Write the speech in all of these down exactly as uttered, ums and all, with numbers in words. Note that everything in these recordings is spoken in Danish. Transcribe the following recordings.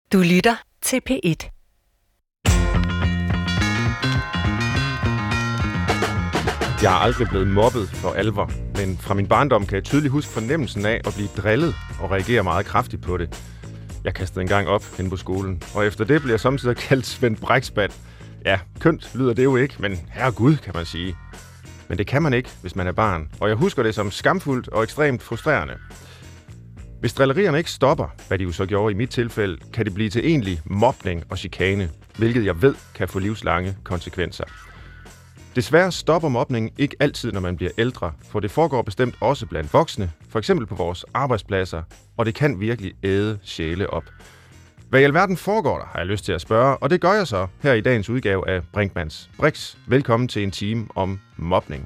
Du lytter til P et. Jeg er aldrig blevet mobbet for alvor, men fra min barndom kan jeg tydeligt huske fornemmelsen af at blive drillet og reagere meget kraftigt på det. Jeg kastede en gang op hen på skolen, og efter det blev jeg samtidig kaldt Svend Brixband. Ja, kønt lyder det jo ikke, men herregud kan man sige. Men det kan man ikke, hvis man er barn, og jeg husker det som skamfuldt og ekstremt frustrerende. Hvis drillerierne ikke stopper, hvad de jo så gjorde i mit tilfælde, kan det blive til egentlig mobning og chikane, hvilket jeg ved kan få livslange konsekvenser. Desværre stopper mobningen ikke altid, når man bliver ældre, for det foregår bestemt også blandt voksne, for eksempel på vores arbejdspladser, og det kan virkelig æde sjæle op. Hvad i alverden foregår der, har jeg lyst til at spørge, og det gør jeg så her i dagens udgave af Brinkmanns Brix. Velkommen til en time om mobning.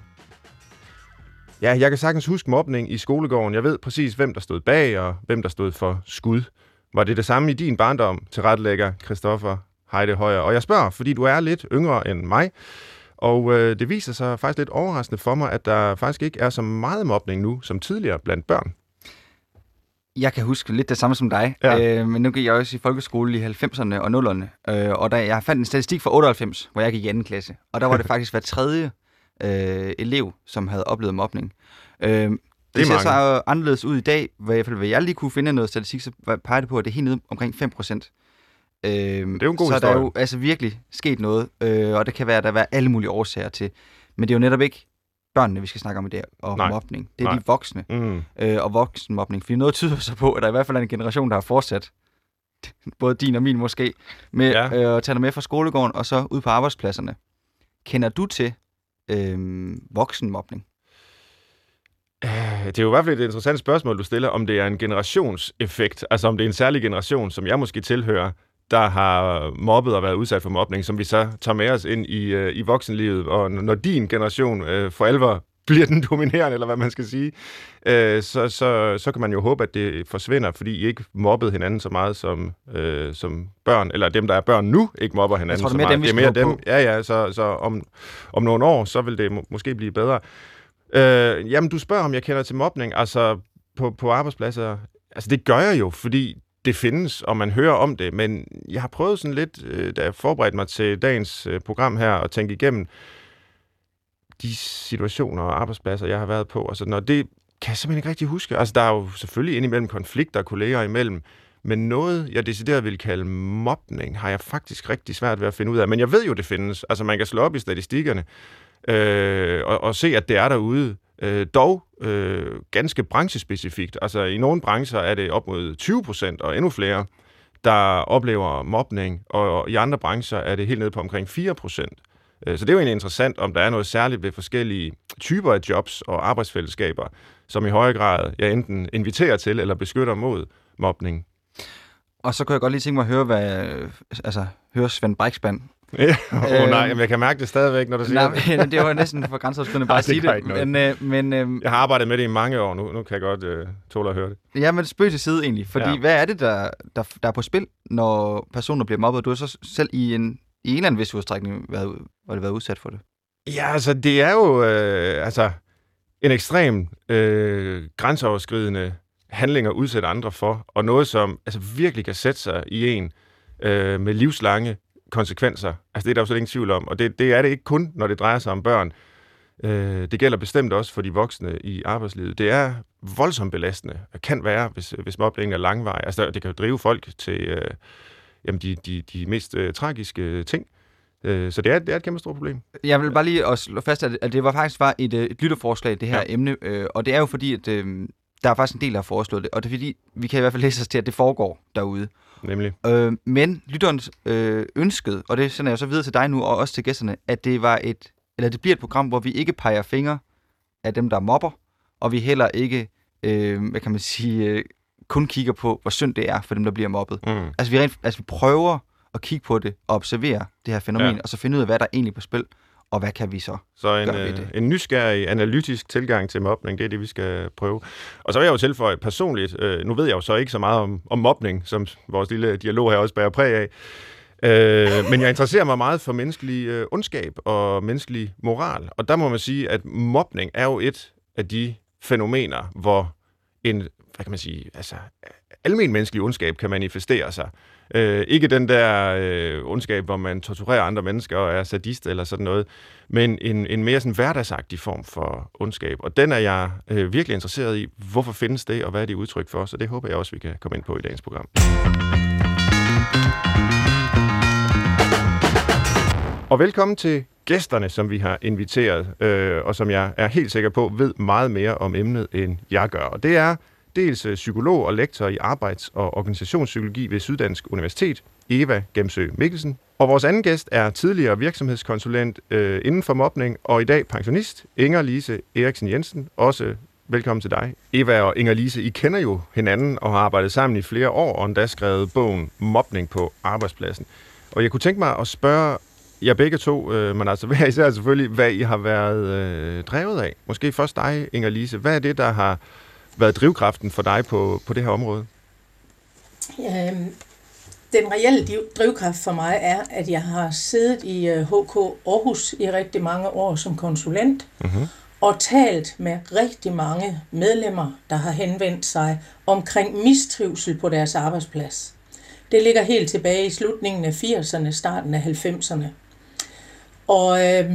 Ja, jeg kan sagtens huske mobning i skolegården. Jeg ved præcis, hvem der stod bag og hvem der stod for skud. Var det det samme i din barndom, tilrettelægger Christoffer Heide Højer? Og jeg spørger, fordi du er lidt yngre end mig, og øh, det viser sig faktisk lidt overraskende for mig, at der faktisk ikke er så meget mobning nu som tidligere blandt børn. Jeg kan huske lidt det samme som dig, Ja. øh, men nu gik jeg også i folkeskole i halvfemserne og nullerne, øh, og da jeg fandt en statistik fra otteoghalvfems, hvor jeg gik i anden klasse, og der var det faktisk hver tredje øh, elev, som havde oplevet mobning. Øh, det det ser så anderledes ud i dag, i hvert fald hvad jeg lige kunne finde noget statistik, så peger det på, at det er helt nede omkring fem procent. Øh, det er jo en god så historie. der er jo altså virkelig sket noget, øh, og det kan være, at der er alle mulige årsager til, men det er jo netop ikke børnene, vi skal snakke om i dag, og Nej. mobning. Det er Nej. de voksne Mm. øh, og voksenmobning. Fordi noget tyder så på, at der i hvert fald er en generation, der har fortsat, både din og min måske, med Ja. øh, at tage dig med fra skolegården og så ud på arbejdspladserne. Kender du til øh, voksenmobning? Det er jo i hvert fald et interessant spørgsmål, du stiller, om det er en generationseffekt, altså om det er en særlig generation, som jeg måske tilhører, der har mobbet og været udsat for mobning, som vi så tager med os ind i, øh, i voksenlivet, og når din generation øh, for alvor bliver den dominerende, eller hvad man skal sige, øh, så, så, så kan man jo håbe, at det forsvinder, fordi I ikke mobbede hinanden så meget som, øh, som børn, eller dem, der er børn nu, ikke mobber hinanden tror, så det er meget. mere dem, vi det er skal mere håbe dem. Ja, ja, så, så om, om nogle år, så vil det må, måske blive bedre. Øh, jamen, du spørger, om jeg kender til mobning, altså på, på arbejdspladser. Altså, det gør jeg jo, fordi det findes, og man hører om det, men jeg har prøvet sådan lidt, øh, da jeg forberedte mig til dagens øh, program her, og tænke igennem de situationer og arbejdspladser, jeg har været på, og sådan noget. Det kan jeg simpelthen ikke rigtig huske. Altså, der er jo selvfølgelig indimellem konflikter kolleger imellem, men noget, jeg decideret vil kalde mobning, har jeg faktisk rigtig svært ved at finde ud af. Men jeg ved jo, det findes. Altså, man kan slå op i statistikkerne øh, og, og se, at det er derude. Øh, dog øh, ganske branchespecifikt. Altså, i nogle brancher er det op mod tyve procent og endnu flere, der oplever mobning, og i andre brancher er det helt nede på omkring fire procent. Så det er jo egentlig interessant, om der er noget særligt ved forskellige typer af jobs og arbejdsfællesskaber, som i højere grad jeg enten inviterer til eller beskytter mod mobning. Og så kunne jeg godt lige tænke mig at høre, hvad, altså, høre Svend Brixband. Ja, oh, nej, men jeg kan mærke det stadigvæk, når du siger nej, det. Det var næsten for grænseoverskridende bare at sige det. det. Men, øh, men, øh, jeg har arbejdet med det i mange år, nu, nu kan jeg godt øh, tåle at høre det. Ja, men spøg til side egentlig, fordi ja. Hvad er det, der, der, der er på spil, når personer bliver mobbet? Du har så selv i en, i en eller anden vis udstrækning været, været, været udsat for det. Ja, altså det er jo øh, altså, en ekstrem øh, grænseoverskridende handling at udsætte andre for, og noget, som altså, virkelig kan sætte sig i en øh, med livslange konsekvenser. Altså det er der jo slet ingen tvivl om, og det, det er det ikke kun, når det drejer sig om børn. Øh, det gælder bestemt også for de voksne i arbejdslivet. Det er voldsomt belastende. Det kan være, hvis, hvis mobningen er langvarig. Altså det kan jo drive folk til øh, jamen, de, de, de mest øh, tragiske ting. Øh, så det er, det er et kæmpe stort problem. Jeg vil bare lige også slå fast, at, at det var faktisk var et, et lytterforslag, det her ja. emne, øh, og det er jo fordi, at øh, der er faktisk en del, der har foreslået det, og det er fordi, vi kan i hvert fald læse os til, at det foregår derude. Nemlig. Øh, men lytterens øh, ønskede, og det sender jeg så videre til dig nu, og også til gæsterne, at det var et, eller det bliver et program, hvor vi ikke peger fingre af dem, der mobber, og vi heller ikke, øh, hvad kan man sige, øh, kun kigger på, hvor synd det er for dem, der bliver mobbet. Mm. Altså, vi rent, altså vi prøver at kigge på det og observere det her fænomen, ja. Og så finde ud af, hvad der er egentlig på spil, og hvad kan vi så Så en, øh, en nysgerrig, analytisk tilgang til mobning, det er det, vi skal prøve. Og så vil jeg jo tilføje personligt, øh, nu ved jeg jo så ikke så meget om, om mobning, som vores lille dialog her også bærer præg af, øh, men jeg interesserer mig meget for menneskelig øh, ondskab og menneskelig moral. Og der må man sige, at mobning er jo et af de fænomener, hvor en, hvad kan man sige, altså almen menneskelig ondskab kan manifestere sig. Øh, ikke den der øh, ondskab, hvor man torturerer andre mennesker og er sadist eller sådan noget, men en, en mere sådan hverdagsagtig form for ondskab. Og den er jeg øh, virkelig interesseret i. Hvorfor findes det, og hvad er det udtryk for? Så det håber jeg også, vi kan komme ind på i dagens program. Og velkommen til gæsterne, som vi har inviteret, øh, og som jeg er helt sikker på ved meget mere om emnet, end jeg gør. Og det er dels psykolog og lektor i arbejds- og organisationspsykologi ved Syddansk Universitet, Eva Gemsø Mikkelsen. Og vores anden gæst er tidligere virksomhedskonsulent øh, inden for mobning, og i dag pensionist, Inger-Lise Eriksen Jensen. Også velkommen til dig. Eva og Inger-Lise, I kender jo hinanden og har arbejdet sammen i flere år, og endda skrevet bogen Mobning på arbejdspladsen. Og jeg kunne tænke mig at spørge jer begge to, øh, men altså hver især selvfølgelig, hvad I har været øh, drevet af. Måske først dig, Inger-Lise. Hvad er det, der har været drivkraften for dig på, på det her område? Øhm, den reelle drivkraft for mig er, at jeg har siddet i H K Aarhus i rigtig mange år som konsulent, mm-hmm. og talt med rigtig mange medlemmer, der har henvendt sig omkring mistrivsel på deres arbejdsplads. Det ligger helt tilbage i slutningen af firserne, starten af halvfemserne. Og øh,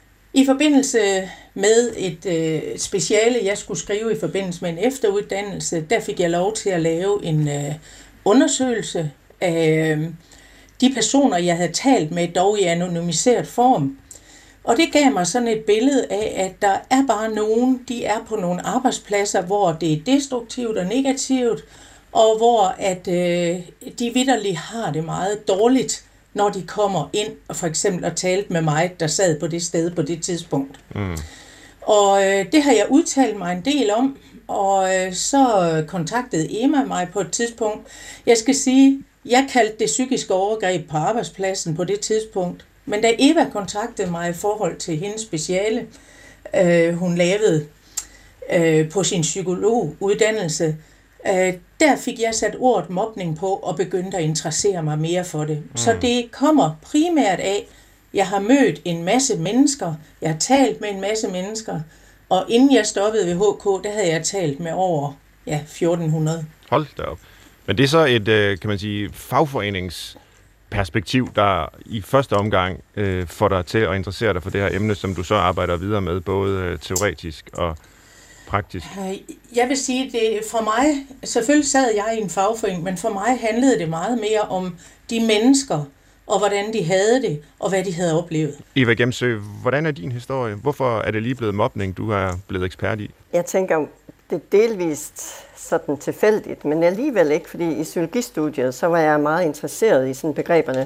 i forbindelse med et øh, speciale, jeg skulle skrive i forbindelse med en efteruddannelse, der fik jeg lov til at lave en øh, undersøgelse af øh, de personer, jeg havde talt med, dog i anonymiseret form. Og det gav mig sådan et billede af, at der er bare nogen, de er på nogle arbejdspladser, hvor det er destruktivt og negativt, og hvor at øh, de vitterligt har det meget dårligt, når de kommer ind og for eksempel og talte med mig, der sad på det sted på det tidspunkt. Mm. Og øh, det har jeg udtalt mig en del om, og øh, så kontaktede Emma mig på et tidspunkt. Jeg skal sige, jeg kaldte det psykiske overgreb på arbejdspladsen på det tidspunkt, men da Eva kontaktede mig i forhold til hendes speciale, øh, hun lavede øh, på sin psykologuddannelse, øh, der fik jeg sat ordet mobning på og begyndte at interessere mig mere for det. Mm. Så det kommer primært af, jeg har mødt en masse mennesker, jeg har talt med en masse mennesker, og inden jeg stoppede ved H K, der havde jeg talt med over ja, fjorten hundrede. Hold da op. Men det er så et, kan man sige, fagforeningsperspektiv, der i første omgang øh, får dig til at interessere dig for det her emne, som du så arbejder videre med, både teoretisk og praktisk. Jeg vil sige, det for mig, selvfølgelig sad jeg i en fagforening, men for mig handlede det meget mere om de mennesker, og hvordan de havde det, og hvad de havde oplevet. Eva Gemsø, hvordan er din historie? Hvorfor er det lige blevet mobning, du er blevet ekspert i? Jeg tænker, det er delvist sådan tilfældigt, men alligevel ikke, fordi i psykologistudiet, så var jeg meget interesseret i sådan begreberne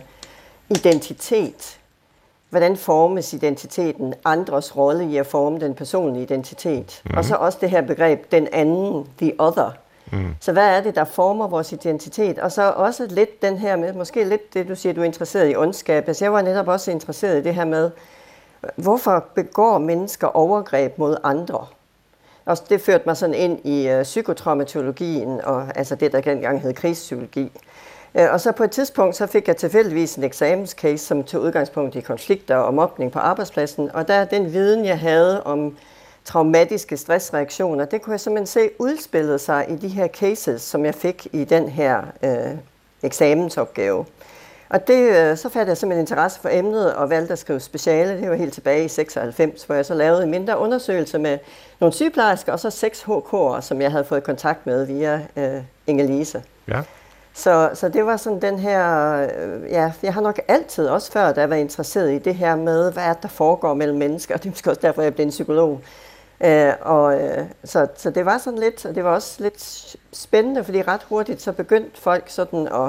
identitet. Hvordan formes identiteten, andres rolle i at forme den personlige identitet. Mm. Og så også det her begreb, den anden, the other. Mm. Så hvad er det, der former vores identitet? Og så også lidt den her med, måske lidt det, du siger, du er interesseret i ondskab. Altså jeg var netop også interesseret i det her med, hvorfor begår mennesker overgreb mod andre? Og det førte mig sådan ind i uh, psykotraumatologien, og altså det, der engang hed krisepsykologi. Uh, og så på et tidspunkt, så fik jeg tilfældigvis en eksamenscase, som tog udgangspunkt i konflikter og mobning på arbejdspladsen. Og der den viden, jeg havde om traumatiske stressreaktioner, det kunne jeg simpelthen se udspillet sig i de her cases, som jeg fik i den her uh, eksamensopgave. Og det, uh, så fandt jeg simpelthen interesse for emnet og valgte at skrive speciale. Det var helt tilbage i seksoghalvfems, hvor jeg så lavede en mindre undersøgelse med nogle sygeplejersker og så seks H K'ere, som jeg havde fået kontakt med via uh, Inger-Lise. Ja. Så, så det var sådan den her, øh, ja, jeg har nok altid, også før, da jeg var interesseret i det her med, hvad er der foregår mellem mennesker, og det er måske også derfor, jeg blev en psykolog. Øh, og, øh, så, så det var sådan lidt, og det var også lidt spændende, fordi ret hurtigt så begyndte folk sådan at,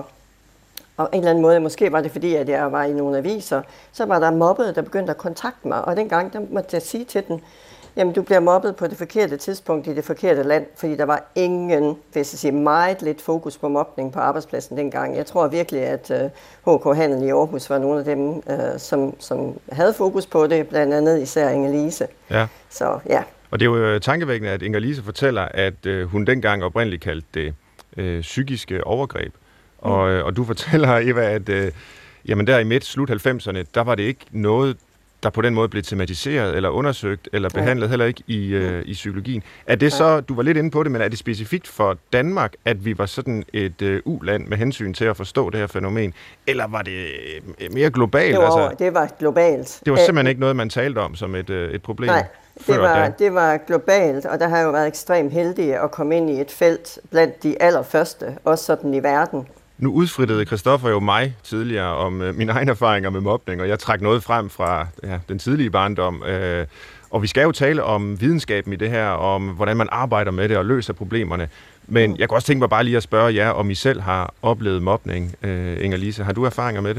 og en eller anden måde, måske var det fordi, at jeg var i nogle aviser, så var der mobbede, der begyndte at kontakte mig, og dengang der måtte jeg sige til den, jamen du bliver mobbet på det forkerte tidspunkt i det forkerte land, fordi der var ingen, hvis jeg siger, meget lidt fokus på mobning på arbejdspladsen dengang. Jeg tror virkelig, at uh, H K Handel i Aarhus var nogle af dem, uh, som, som havde fokus på det, blandt andet især Inger-Lise. Ja. Så ja. Og det er jo tankevækkende, at Inger-Lise fortæller, at uh, hun dengang oprindeligt kaldte det uh, psykiske overgreb. Mm. Og, uh, og du fortæller, Eva, at uh, jamen der i midt slut halvfemserne, der var det ikke noget, der på den måde blev tematiseret eller undersøgt eller behandlet, ja. heller ikke i, øh, i psykologien. Er det så, du var lidt inde på det, men er det specifikt for Danmark, at vi var sådan et øh, u-land med hensyn til at forstå det her fænomen? Eller var det øh, mere globalt? Det var, altså, det var globalt. Det var simpelthen ikke noget, man talte om som et, øh, et problem? Nej, det var, det var globalt, og der har jo været ekstremt heldige at komme ind i et felt blandt de allerførste, også sådan i verden. Nu udfrittede Christoffer jo mig tidligere om øh, mine egne erfaringer med mobning, og jeg trak noget frem fra ja, den tidlige barndom. Øh, og vi skal jo tale om videnskaben i det her, om hvordan man arbejder med det og løser problemerne. Men mm. jeg kunne også tænke mig bare lige at spørge jer, om I selv har oplevet mobning. Øh, Inger-Lise, har du erfaringer med det?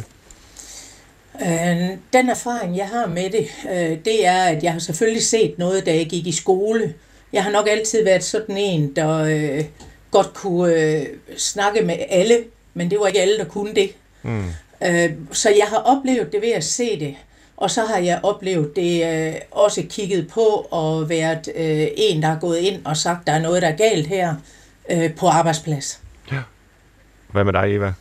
Øh, den erfaring, jeg har med det, øh, det er, at jeg har selvfølgelig set noget, da jeg gik i skole. Jeg har nok altid været sådan en, der øh, godt kunne øh, snakke med alle, men det var ikke alle, der kunne det. Mm. Øh, så jeg har oplevet det ved at se det, og så har jeg oplevet det øh, også kigget på og været øh, en, der er gået ind og sagt, der er noget, der er galt her øh, på arbejdsplads. Ja. Hvad med dig, Eva?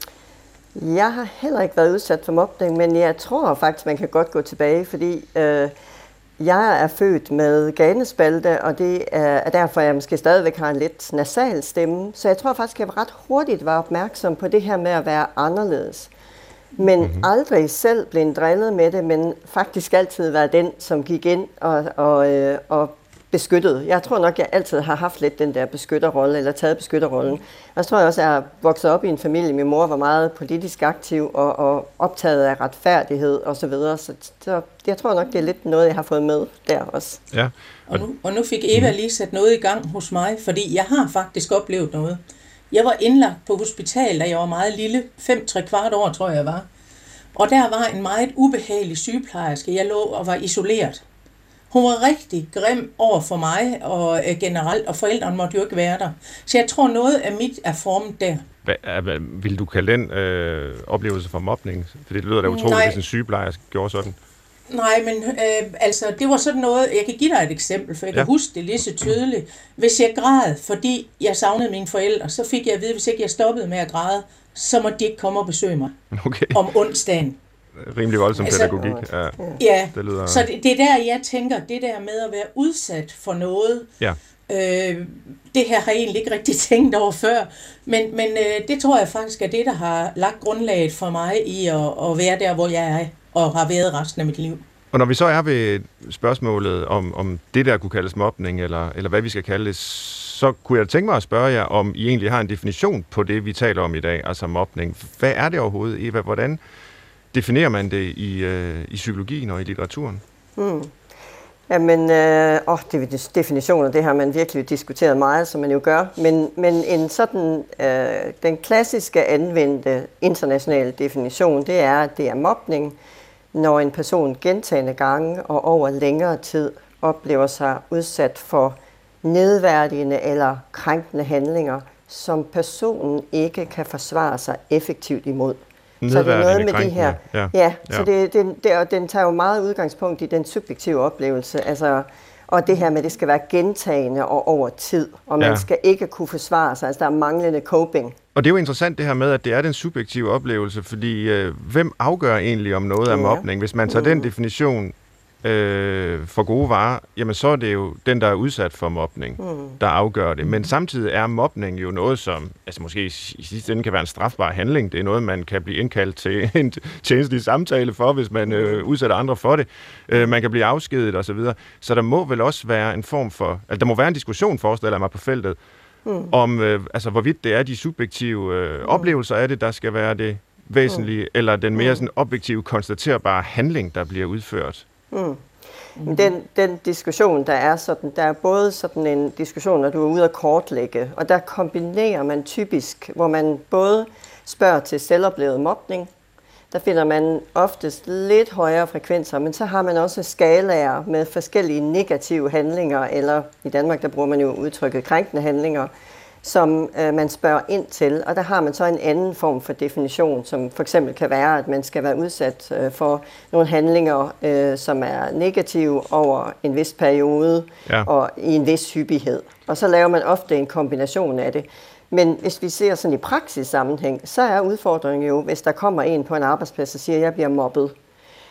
Jeg har heller ikke været udsat for mobning, men jeg tror faktisk, man kan godt gå tilbage, fordi øh, jeg er født med ganespalte, og det er derfor, jeg måske stadigvæk har en lidt nasal stemme. Så jeg tror faktisk, at jeg ret hurtigt var opmærksom på det her med at være anderledes. Men mm-hmm. aldrig selv blev drillet med det, men faktisk altid været den, som gik ind og, og, øh, og beskyttede. Jeg tror nok, jeg altid har haft lidt den der beskytterrolle, eller taget beskytterrollen. Og så tror jeg også, at jeg er vokset op i en familie. Min mor var meget politisk aktiv og, og optaget af retfærdighed og så videre. Så, så jeg tror nok, det er lidt noget, jeg har fået med der også. Ja. Og, nu, og nu fik Eva lige sat noget i gang hos mig, fordi jeg har faktisk oplevet noget. Jeg var indlagt på hospital, da jeg var meget lille, fem tre kvart år, tror jeg var. Og der var en meget ubehagelig sygeplejerske. Jeg lå og var isoleret. Hun var rigtig grim over for mig, og øh, generelt, og forældrene måtte jo ikke være der. Så jeg tror, noget af mit er formet der. Hvad, vil du kalde den øh, oplevelse for mobning? For det lyder da utroligt, Nej. hvis en sygeplejerske gjorde sådan. Nej, men øh, altså, det var sådan noget, jeg kan give dig et eksempel, for jeg kan ja. huske det lige så tydeligt. Hvis jeg græd, fordi jeg savnede mine forældre, så fik jeg at vide, hvis ikke jeg stoppede med at græde, så måtte de ikke komme og besøge mig okay. om onsdagen. Rimelig voldsom altså, pædagogik. Ja, ja. Det lyder... så det, det er der, jeg tænker, det der med at være udsat for noget, ja. øh, det her har jeg egentlig ikke rigtig tænkt over før, men, men øh, det tror jeg faktisk er det, der har lagt grundlaget for mig i at, at være der, hvor jeg er, og har været resten af mit liv. Og når vi så er ved spørgsmålet om, om det der kunne kaldes mobning, eller, eller hvad vi skal kalde det, så kunne jeg tænke mig at spørge jer, om I egentlig har en definition på det, vi taler om i dag, altså mobning. Hvad er det overhovedet, Eva? Hvordan definerer man det i, øh, i psykologien og i litteraturen? Hmm. Jamen, øh, åh, definitioner, det har man virkelig diskuteret meget, som man jo gør. Men, men en sådan, øh, den klassiske anvendte internationale definition, det er, at det er mobning, når en person gentagne gange og over længere tid oplever sig udsat for nedværdigende eller krænkende handlinger, som personen ikke kan forsvare sig effektivt imod. Så det er noget med de her. Ja, ja så ja. Det, det, det, og den tager jo meget udgangspunkt i den subjektive oplevelse. Altså, og det her med, at det skal være gentagende og over tid. Og man ja. skal ikke kunne forsvare sig. Altså, der er manglende coping. Og det er jo interessant det her med, at det er den subjektive oplevelse, fordi øh, hvem afgør egentlig om noget er mobning? Hvis man tager mm. den definition øh, for gode varer, jamen så er det jo den, der er udsat for mobning, mm. der afgør det. Men samtidig er mobning jo noget, som altså måske i sidste ende kan være en strafbar handling. Det er noget, man kan blive indkaldt til en tjenestelig samtale for, hvis man øh, udsætter andre for det. Øh, man kan blive afskediget osv. Så, så der må vel også være en form for, altså der må være en diskussion, forestiller jeg mig, på feltet, mm. om øh, altså hvorvidt det er de subjektive øh, mm. oplevelser af det, der skal være det væsentlige, mm. eller den mere sådan objektive, konstaterbare handling, der bliver udført. Mm. Den, den diskussion, der er sådan, der er både sådan en diskussion, når du er ude at kortlægge, og der kombinerer man typisk, hvor man både spørger til selvoplevet mobning, der finder man oftest lidt højere frekvenser, men så har man også skalaer med forskellige negative handlinger, eller i Danmark, der bruger man jo udtrykket krænkende handlinger, som øh, man spørger ind til, og der har man så en anden form for definition, som for eksempel kan være, at man skal være udsat øh, for nogle handlinger, øh, som er negative over en vis periode ja. og i en vis hyppighed. Og så laver man ofte en kombination af det. Men hvis vi ser sådan i praksis sammenhæng, så er udfordringen jo, hvis der kommer en på en arbejdsplads og siger, at jeg bliver mobbet,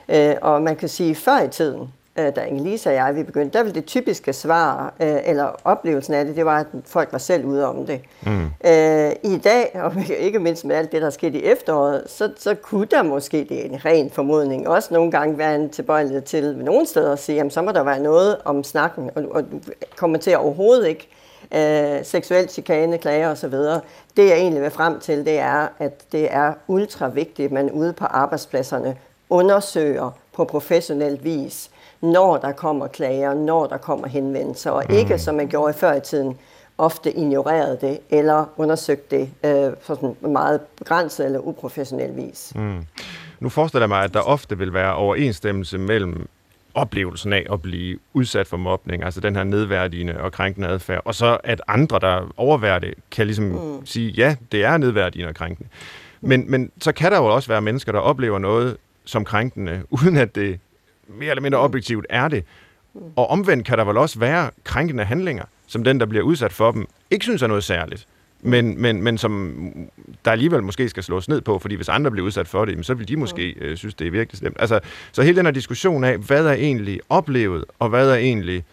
Øh, og man kan sige, før i tiden, øh, da Inge-Lise og jeg vi begyndte, der ville det typiske svar, øh, eller oplevelsen af det, det var, at folk var selv ude om det. Mm. Øh, I dag, og ikke mindst med alt det, der er sket i efteråret, så, så kunne der måske, det er en ren formodning, også nogle gange være en tilbøjelighed til nogle steder at sige, jamen så må der være noget om snakken, og, og du kommenterer overhovedet ikke øh, seksuel chikane, klager osv. Det jeg egentlig vil frem til, det er, at det er ultra vigtigt, at man ude på arbejdspladserne undersøger på professionel vis, når der kommer klager, når der kommer henvendelser, og mm. ikke, som man gjorde før i tiden, ofte ignorerede det, eller undersøgte det øh, på sådan meget begrænset eller uprofessionel vis. Mm. Nu forestiller jeg mig, at der ofte vil være overensstemmelse mellem oplevelsen af at blive udsat for mobning, altså den her nedværdigende og krænkende adfærd, og så at andre, der overværer det, kan ligesom mm. sige, ja, det er nedværdigende og krænkende. Men, men så kan der jo også være mennesker, der oplever noget som krænkende, uden at det mere eller mindre objektivt er det. Og omvendt kan der vel også være krænkende handlinger, som den, der bliver udsat for dem, ikke synes er noget særligt, men, men, men som der alligevel måske skal slås ned på, fordi hvis andre bliver udsat for det, så vil de måske øh, synes, det er virkelig slemt. Altså, så hele den her diskussion af, hvad er egentlig oplevet, og hvad er egentlig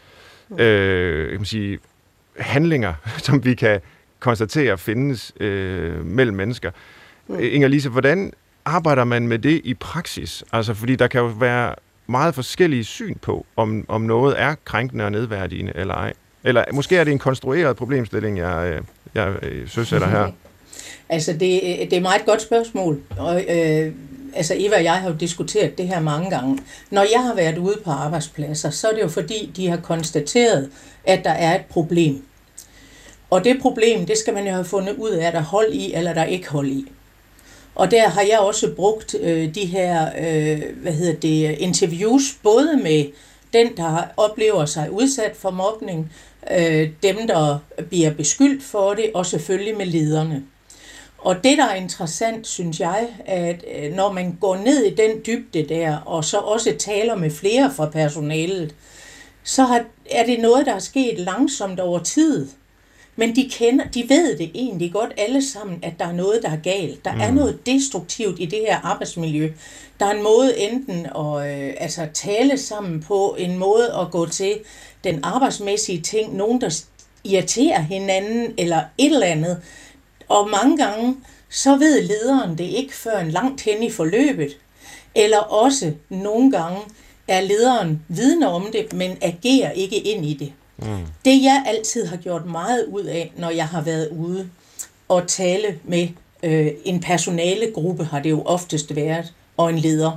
øh, kan man sige, handlinger, som vi kan konstatere findes øh, mellem mennesker. Mm. Inger-Lise, hvordan arbejder man med det i praksis? Altså, fordi der kan jo være meget forskellige syn på, om, om noget er krænkende og nedværdigende eller ej. Eller måske er det en konstrueret problemstilling, jeg, jeg, jeg søsætter her. Altså, det, det er meget godt spørgsmål. Og, øh, altså, Eva og jeg har jo diskuteret det her mange gange. Når jeg har været ude på arbejdspladser, så er det jo fordi, de har konstateret, at der er et problem. Og det problem, det skal man jo have fundet ud af, er der hold i, eller der ikke hold i. Og der har jeg også brugt øh, de her øh, hvad hedder det, interviews, både med den, der oplever sig udsat for mobning, øh, dem, der bliver beskyldt for det, og selvfølgelig med lederne. Og det, der er interessant, synes jeg, at øh, når man går ned i den dybde der, og så også taler med flere fra personalet, så har, er det noget, der er sket langsomt over tid. Men de kender, de ved det egentlig godt alle sammen, at der er noget, der er galt. Der mm. er noget destruktivt i det her arbejdsmiljø. Der er en måde enten at øh, altså, tale sammen på, en måde at gå til den arbejdsmæssige ting, nogen der irriterer hinanden eller et eller andet. Og mange gange, så ved lederen det ikke før en langt hen i forløbet. Eller også nogle gange er lederen vidne om det, men agerer ikke ind i det. Mm. Det jeg altid har gjort meget ud af, når jeg har været ude og tale med øh, en personalegruppe, har det jo oftest været, og en leder,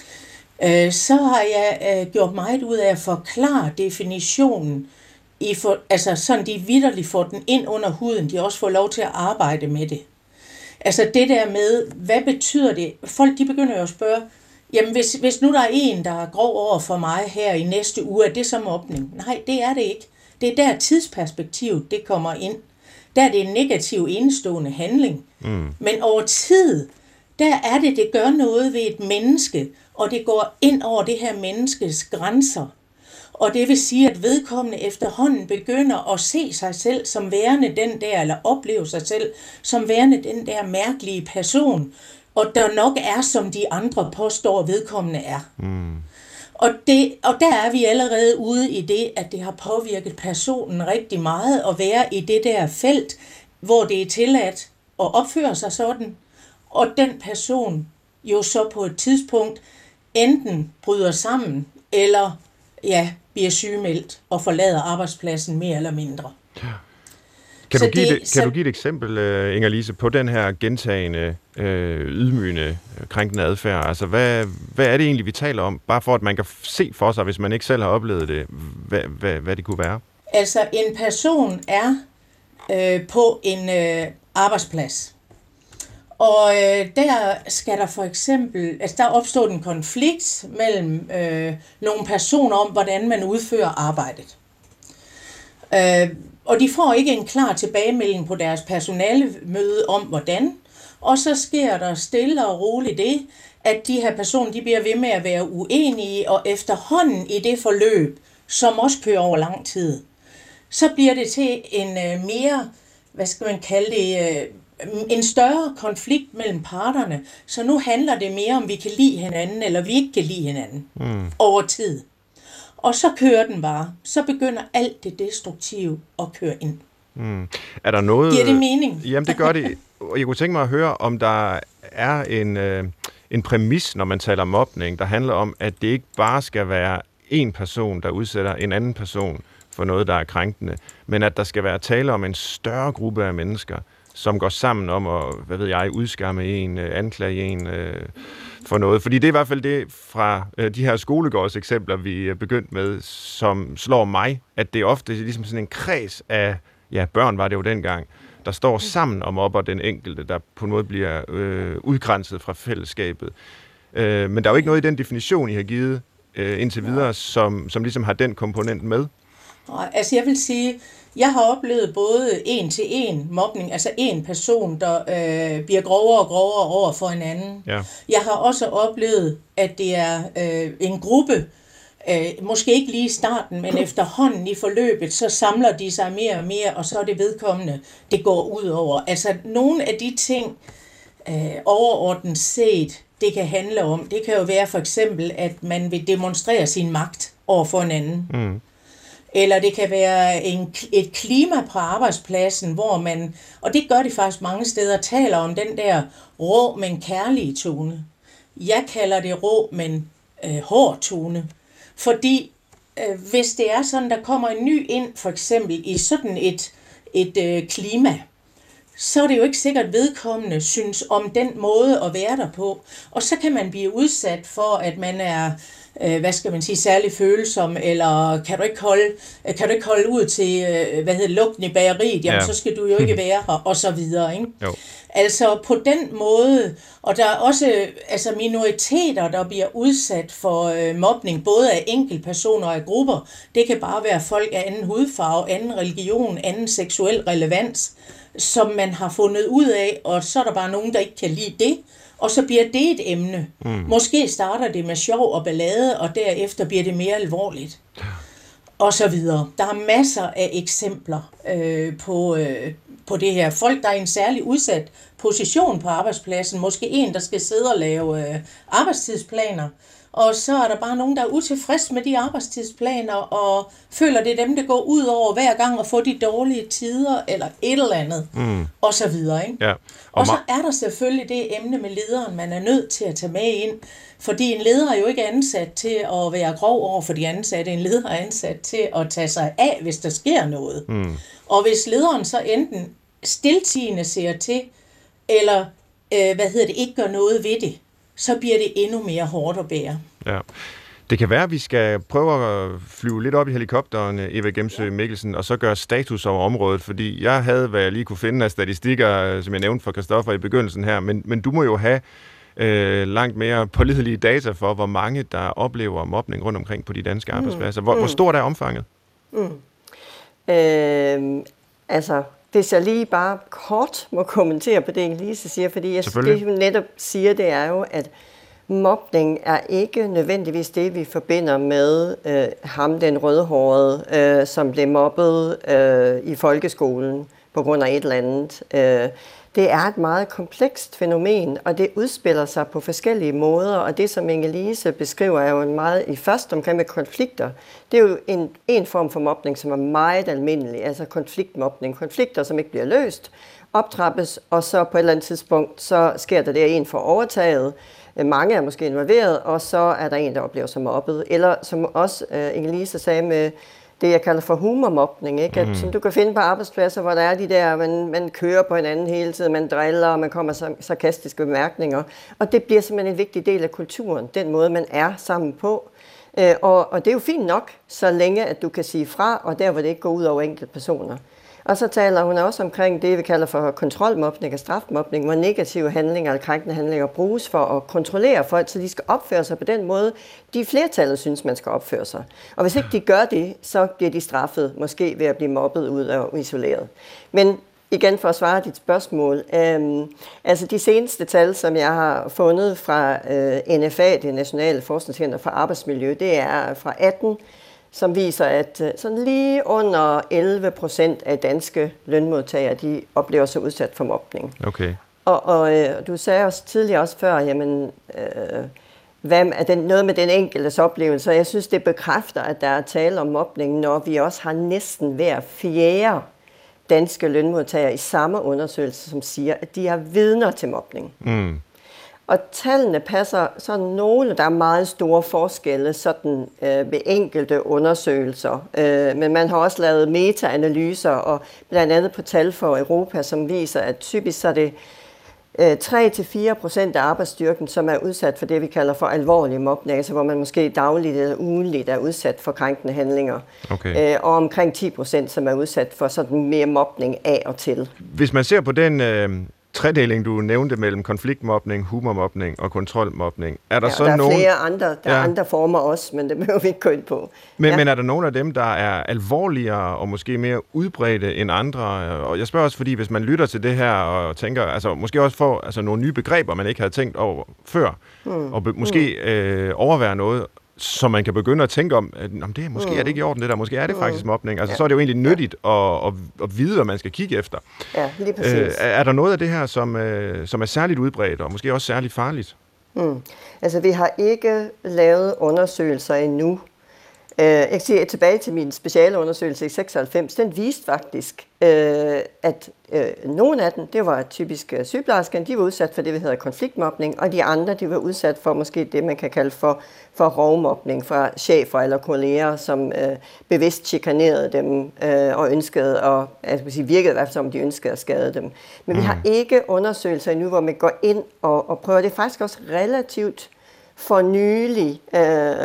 øh, så har jeg øh, gjort meget ud af at forklare definitionen, i for, altså sådan de vitterligt får den ind under huden, de også får lov til at arbejde med det. Altså det der med, hvad betyder det? Folk de begynder jo at spørge, jamen hvis, hvis nu der er en, der er grov over for mig her i næste uge, er det så mobning? Nej, det er det ikke. Det er der tidsperspektivet, det kommer ind. Der er det en negativ enestående handling. Mm. Men over tid, der er det, det gør noget ved et menneske, og det går ind over det her menneskes grænser. Og det vil sige, at vedkommende efterhånden begynder at se sig selv som værende den der, eller opleve sig selv som værende den der mærkelige person, og der nok er, som de andre påstår, vedkommende er. Mm. Og, det, og der er vi allerede ude i det, at det har påvirket personen rigtig meget at være i det der felt, hvor det er tilladt at opføre sig sådan, og den person jo så på et tidspunkt enten bryder sammen, eller ja, bliver sygemeldt og forlader arbejdspladsen mere eller mindre. Ja. Kan, du give, det, kan så, du give et eksempel, uh, Inger-Lise, på den her gentagende, øh, ydmygende, krænkende adfærd? Altså, hvad, hvad er det egentlig, vi taler om? Bare for, at man kan se for sig, hvis man ikke selv har oplevet det, hvad, hvad, hvad det kunne være? Altså, en person er øh, på en øh, arbejdsplads. Og øh, der skal der for eksempel, altså der opstår en konflikt mellem øh, nogle personer om, hvordan man udfører arbejdet. Øh, Og de får ikke en klar tilbagemelding på deres personalemøde om, hvordan. Og så sker der stille og roligt det, at de her personer de bliver ved med at være uenige, og efterhånden i det forløb, som også kører over lang tid, så bliver det til en mere, hvad skal man kalde det, en større konflikt mellem parterne, så nu handler det mere om, vi kan lide hinanden, eller vi ikke kan lide hinanden mm. over tid. Og så kører den bare. Så begynder alt det destruktive at køre ind. Mm. Er der noget... Giver det mening? Jamen, det gør det. Jeg kunne tænke mig at høre, om der er en, øh, en præmis, når man taler om mobning, der handler om, at det ikke bare skal være en person, der udsætter en anden person for noget, der er krænkende, men at der skal være tale om en større gruppe af mennesker, som går sammen om at, hvad ved jeg, udskamme en, anklage en øh, for noget. Fordi det er i hvert fald det fra øh, de her skolegårds eksempler, vi er begyndt med, som slår mig, at det er ofte ligesom sådan en kreds af, ja, børn var det jo dengang, der står sammen om op og den enkelte, der på en måde bliver øh, udgrænset fra fællesskabet. Øh, men der er jo ikke noget i den definition, I har givet øh, indtil videre, som, som ligesom har den komponent med. Altså jeg vil sige, jeg har oplevet både en til en mobning, altså en person, der øh, bliver grovere og grovere over for en anden. Ja. Jeg har også oplevet, at det er øh, en gruppe, øh, måske ikke lige i starten, men efterhånden i forløbet, så samler de sig mere og mere, og så er det vedkommende, det går ud over. Altså nogle af de ting, øh, overordnet set, det kan handle om, det kan jo være for eksempel, at man vil demonstrere sin magt over for en anden. Mm. Eller det kan være en, et klima på arbejdspladsen, hvor man, og det gør de faktisk mange steder, taler om den der rå, men kærlige tone. Jeg kalder det rå, men øh, hård tone. Fordi øh, hvis det er sådan, der kommer en ny ind, for eksempel i sådan et, et øh, klima, så er det jo ikke sikkert, at vedkommende synes om den måde at være der på. Og så kan man blive udsat for, at man er, øh, hvad skal man sige, særlig følsom, eller kan du ikke holde, kan du ikke holde ud til, øh, hvad hedder lugten i bageriet, jamen ja. Så skal du jo ikke være her, og så videre, ikke? Jo. Altså på den måde, og der er også altså minoriteter, der bliver udsat for øh, mobning, både af enkeltpersoner og af grupper. Det kan bare være folk af anden hudfarve, anden religion, anden seksuel relevans, som man har fundet ud af, og så er der bare nogen, der ikke kan lide det, og så bliver det et emne. Mm. Måske starter det med sjov og ballade, og derefter bliver det mere alvorligt. Og så videre. Der er masser af eksempler øh, på, øh, på det her. Folk, der er i en særlig udsat position på arbejdspladsen, måske en, der skal sidde og lave øh, arbejdstidsplaner, og så er der bare nogen, der er utilfreds med de arbejdstidsplaner, og føler, det er dem, der går ud over hver gang og får de dårlige tider, eller et eller andet, mm. og så videre. Ikke? Ja. Og, og så er der selvfølgelig det emne med lederen, man er nødt til at tage med ind, fordi en leder er jo ikke ansat til at være grov over for de ansatte, en leder er ansat til at tage sig af, hvis der sker noget. Mm. Og hvis lederen så enten stiltiende ser til, eller øh, hvad hedder det, ikke gør noget ved det, så bliver det endnu mere hårdt at bære. Ja. Det kan være, at vi skal prøve at flyve lidt op i helikopteren, Eva Gemsø Mikkelsen, og så gøre status over området, fordi jeg havde, hvad jeg lige kunne finde af statistikker, som jeg nævnte for Christoffer i begyndelsen her, men, men du må jo have øh, langt mere pålidelige data for, hvor mange, der oplever mobning rundt omkring på de danske mm. arbejdspladser. Hvor, mm. hvor stort er omfanget? Mm. Øh, altså... Hvis jeg lige bare kort må kommentere på det, Inge-Lise siger, fordi jeg, det, hun netop siger, det er jo, at mobning er ikke nødvendigvis det, vi forbinder med øh, ham, den rødhårede, øh, som blev mobbet øh, i folkeskolen på grund af et eller andet. Øh, det er et meget komplekst fænomen, og det udspiller sig på forskellige måder, og det, som Inge-Lise beskriver, er jo en meget i første omkring med konflikter. Det er jo en, en form for mobning, som er meget almindelig, altså konfliktmobning. Konflikter, som ikke bliver løst, optrappes, og så på et eller andet tidspunkt, så sker der det, at en får overtaget. Mange er måske involveret, og så er der en, der oplever sig mobbet. Eller som også uh, Inge-Lise sagde med det, jeg kalder for humormobning, ikke? At, mm. som du kan finde på arbejdspladser, hvor der er de der, man, man kører på hinanden hele tiden, man driller, og man kommer med sarkastiske bemærkninger. Og det bliver simpelthen en vigtig del af kulturen, den måde, man er sammen på. Øh, og, og det er jo fint nok, så længe at du kan sige fra, og der, hvor det ikke går ud over enkelte personer. Og så taler hun også omkring det, vi kalder for kontrolmobning og strafmobning, hvor negative handlinger eller krænkende handlinger bruges for at kontrollere folk, så de skal opføre sig på den måde, de flertallet synes, man skal opføre sig. Og hvis ikke de gør det, så bliver de straffet, måske ved at blive mobbet ud og isoleret. Men igen for at svare dit spørgsmål, øhm, altså de seneste tal, som jeg har fundet fra øh, N F A, det Nationale Forskningscenter for Arbejdsmiljø, det er fra atten. som viser, at sådan lige under elleve procent af danske lønmodtagere, de oplever sig udsat for mobning. Okay. Og, og øh, du sagde også tidligere også før, jamen, øh, hvad er den, noget med den enkeltes oplevelse, og jeg synes, det bekræfter, at der er tale om mobning, når vi også har næsten hver fjerde danske lønmodtagere i samme undersøgelse, som siger, at de er vidner til mobning. Mm. Og tallene passer sådan nogle, der er meget store forskelle sådan øh, ved enkelte undersøgelser. Øh, men man har også lavet meta-analyser, og blandt andet på tal for Europa, som viser, at typisk så er det øh, tre til fire procent af arbejdsstyrken, som er udsat for det, vi kalder for alvorlig mobning, altså hvor man måske dagligt eller ugenligt er udsat for krænkende handlinger. Okay. Øh, og omkring ti procent, som er udsat for sådan mere mobning af og til. Hvis man ser på den Øh... tredeling, du nævnte mellem konfliktmobning, humormobning og kontrolmobning. Er der ja, så der er nogen... flere andre, der ja. er andre former også, men det behøver vi ikke gå ind på. Men, ja. men er der nogle af dem, der er alvorligere og måske mere udbredte end andre? Og jeg spørger også, fordi hvis man lytter til det her og tænker, altså måske også får altså, nogle nye begreber, man ikke havde tænkt over før, mm. og be- måske mm. øh, overvære noget, så man kan begynde at tænke om, at det, måske mm. er det ikke i orden det der, måske er det faktisk mobning. Altså, ja. så er det jo egentlig nyttigt ja. at, at, at vide, hvad man skal kigge efter. Ja, lige præcis. Øh, er der noget af det her, som, øh, som er særligt udbredt, og måske også særligt farligt? Mm. Altså, vi har ikke lavet undersøgelser endnu. Uh, jeg kan sige, at tilbage til min specialundersøgelse i seksoghalvfems, den viste faktisk, uh, at uh, nogle af dem, det var typisk uh, sygeplejerskerne, de var udsat for det, vi hedder konfliktmobning, og de andre, de var udsat for måske det, man kan kalde for, for rovmobning fra chefer eller kolleger, som uh, bevidst chikanerede dem uh, og ønskede, og altså, sige, virkede i hvert fald som, de ønskede at skade dem. Men mm. vi har ikke undersøgelser endnu, hvor man går ind og, og prøver. Det er faktisk også relativt for nylig. Uh,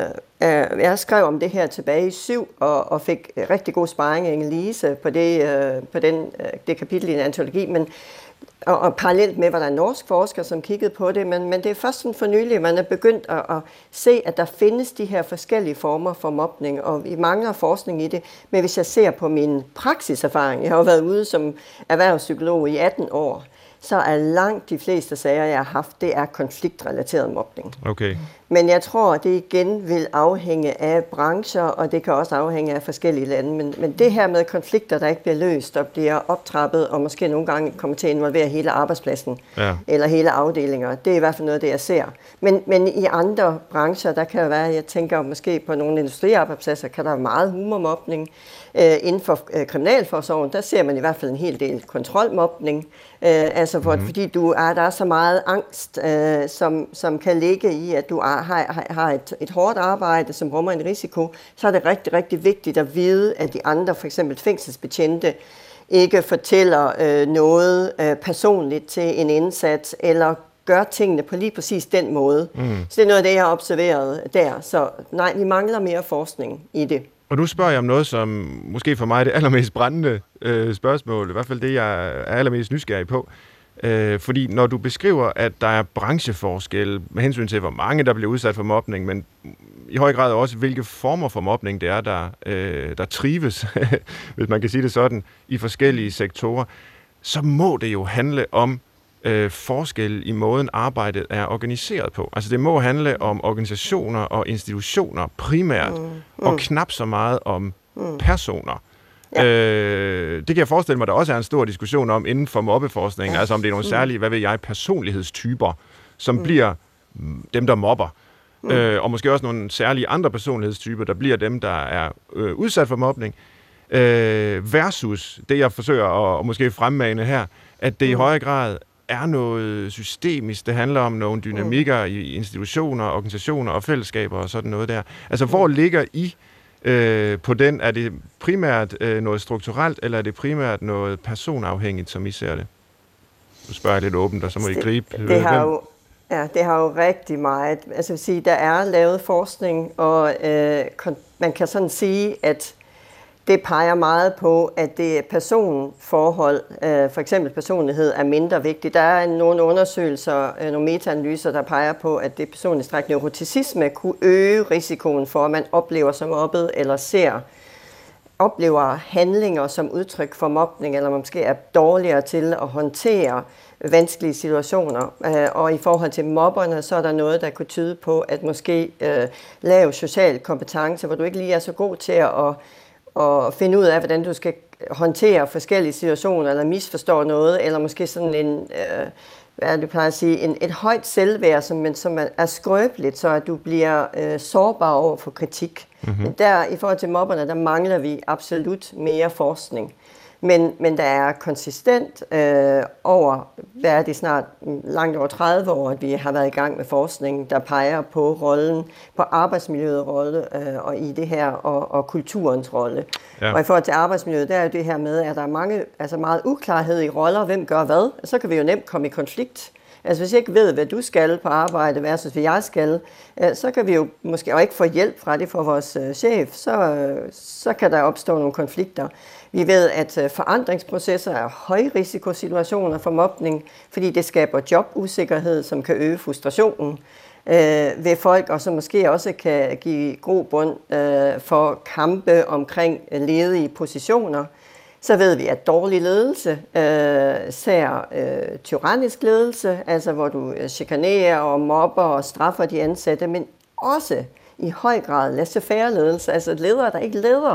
uh, jeg skrev om det her tilbage i syv, og, og fik rigtig god sparring af Inge-Lise på, det, uh, på den, uh, det kapitel i en antologi, men, og, og parallelt med, hvor der er en norsk forsker, som kiggede på det, men, men det er først sådan for nylig, man er begyndt at, at se, at der findes de her forskellige former for mobning, og vi mangler forskning i det, men hvis jeg ser på min praksiserfaring, jeg har jo været ude som erhvervspsykolog i atten år, så er langt de fleste sager, jeg har haft, det er konfliktrelateret mobning. Okay. Men jeg tror, at det igen vil afhænge af brancher, og det kan også afhænge af forskellige lande. Men, men det her med konflikter, der ikke bliver løst og bliver optrappet, og måske nogle gange kommer til at involvere hele arbejdspladsen, ja. eller hele afdelinger, det er i hvert fald noget af det, jeg ser. Men, men i andre brancher, der kan det være, jeg tænker måske på nogle industriarbejdspladser, kan der være meget humormobning. Øh, inden for øh, kriminalforsorgen, der ser man i hvert fald en hel del kontrolmobning. Øh, altså for, mm-hmm. fordi du er, der er så meget angst, øh, som, som kan ligge i, at du er, har, har et, et hårdt arbejde, som rummer en risiko, så er det rigtig, rigtig vigtigt at vide, at de andre, for eksempel fængselsbetjente, ikke fortæller øh, noget øh, personligt til en indsats, eller gør tingene på lige præcis den måde. Mm. Så det er noget af det, jeg har observeret der. Så nej, vi mangler mere forskning i det. Og nu spørger jeg om noget, som måske for mig er det allermest brændende øh, spørgsmål, i hvert fald det, jeg er allermest nysgerrig på. Øh, fordi når du beskriver, at der er brancheforskel med hensyn til, hvor mange der bliver udsat for mobning, men i høj grad også, hvilke former for mobning det er, der, øh, der trives, hvis man kan sige det sådan, i forskellige sektorer, så må det jo handle om øh, forskel i måden arbejdet er organiseret på. Altså det må handle om organisationer og institutioner primært, mm. Mm. og knap så meget om mm. personer. Ja. Øh, det kan jeg forestille mig, der også er en stor diskussion om inden for mobbeforskningen, ja. altså om det er nogle særlige, hvad ved jeg, personlighedstyper, som mm. bliver dem, der mobber. Mm. Øh, og måske også nogle særlige andre personlighedstyper, der bliver dem, der er øh, udsat for mobning, øh, versus det, jeg forsøger at, at måske fremmane her, at det mm. i højere grad er noget systemisk. Det handler om nogle dynamikker mm. i institutioner, organisationer og fællesskaber og sådan noget der. Altså, hvor ligger I øh, på den? Er det primært øh, noget strukturelt, eller er det primært noget personafhængigt, som I ser det? Nu spørger jeg lidt åbent, og så må I gribe. Det, det har jo Ja, det har jo rigtig meget. Altså, jeg vil sige, der er lavet forskning, og øh, man kan sådan sige, at det peger meget på, at det personforhold, øh, for eksempel personlighed, er mindre vigtigt. Der er nogle undersøgelser, øh, nogle metaanalyser, der peger på, at det personlighedsstræk neuroticisme kunne øge risikoen for, at man oplever som mobbet eller ser oplever handlinger som udtryk for mobning, eller måske er dårligere til at håndtere vanskelige situationer. Og i forhold til mobberne, så er der noget, der kunne tyde på, at måske øh, lav social kompetence, hvor du ikke lige er så god til at, at finde ud af, hvordan du skal håndtere forskellige situationer, eller misforstå noget, eller måske sådan en, øh, hvad du plejer at sige, en, et højt selvværd, som, men, som er, er skrøbeligt, så at du bliver øh, sårbar over for kritik. Mm-hmm. Der, i forhold til mobberne, der mangler vi absolut mere forskning. Men, men der er konsistent øh, over, hvad er det snart, langt over tredive år, at vi har været i gang med forskning, der peger på rollen, på arbejdsmiljøets rolle øh, og i det her, og, og kulturens rolle. Ja. Og i forhold til arbejdsmiljøet, der er jo det her med, at der er mange, altså meget uklarhed i roller, hvem gør hvad, så kan vi jo nemt komme i konflikt. Altså hvis jeg ikke ved, hvad du skal på arbejde versus hvad jeg skal, så kan vi jo måske og ikke få hjælp fra det fra vores chef, så, så kan der opstå nogle konflikter. Vi ved, at forandringsprocesser er højrisikosituationer for mobning, fordi det skaber jobusikkerhed, som kan øge frustrationen øh, ved folk, og som måske også kan give grobund øh, for kampe omkring ledige positioner. Så ved vi, at dårlig ledelse, øh, sær øh, tyrannisk ledelse, altså hvor du chikanerer og mobber og straffer de ansatte, men også i høj grad laissez-faire ledelse, altså ledere, der ikke leder.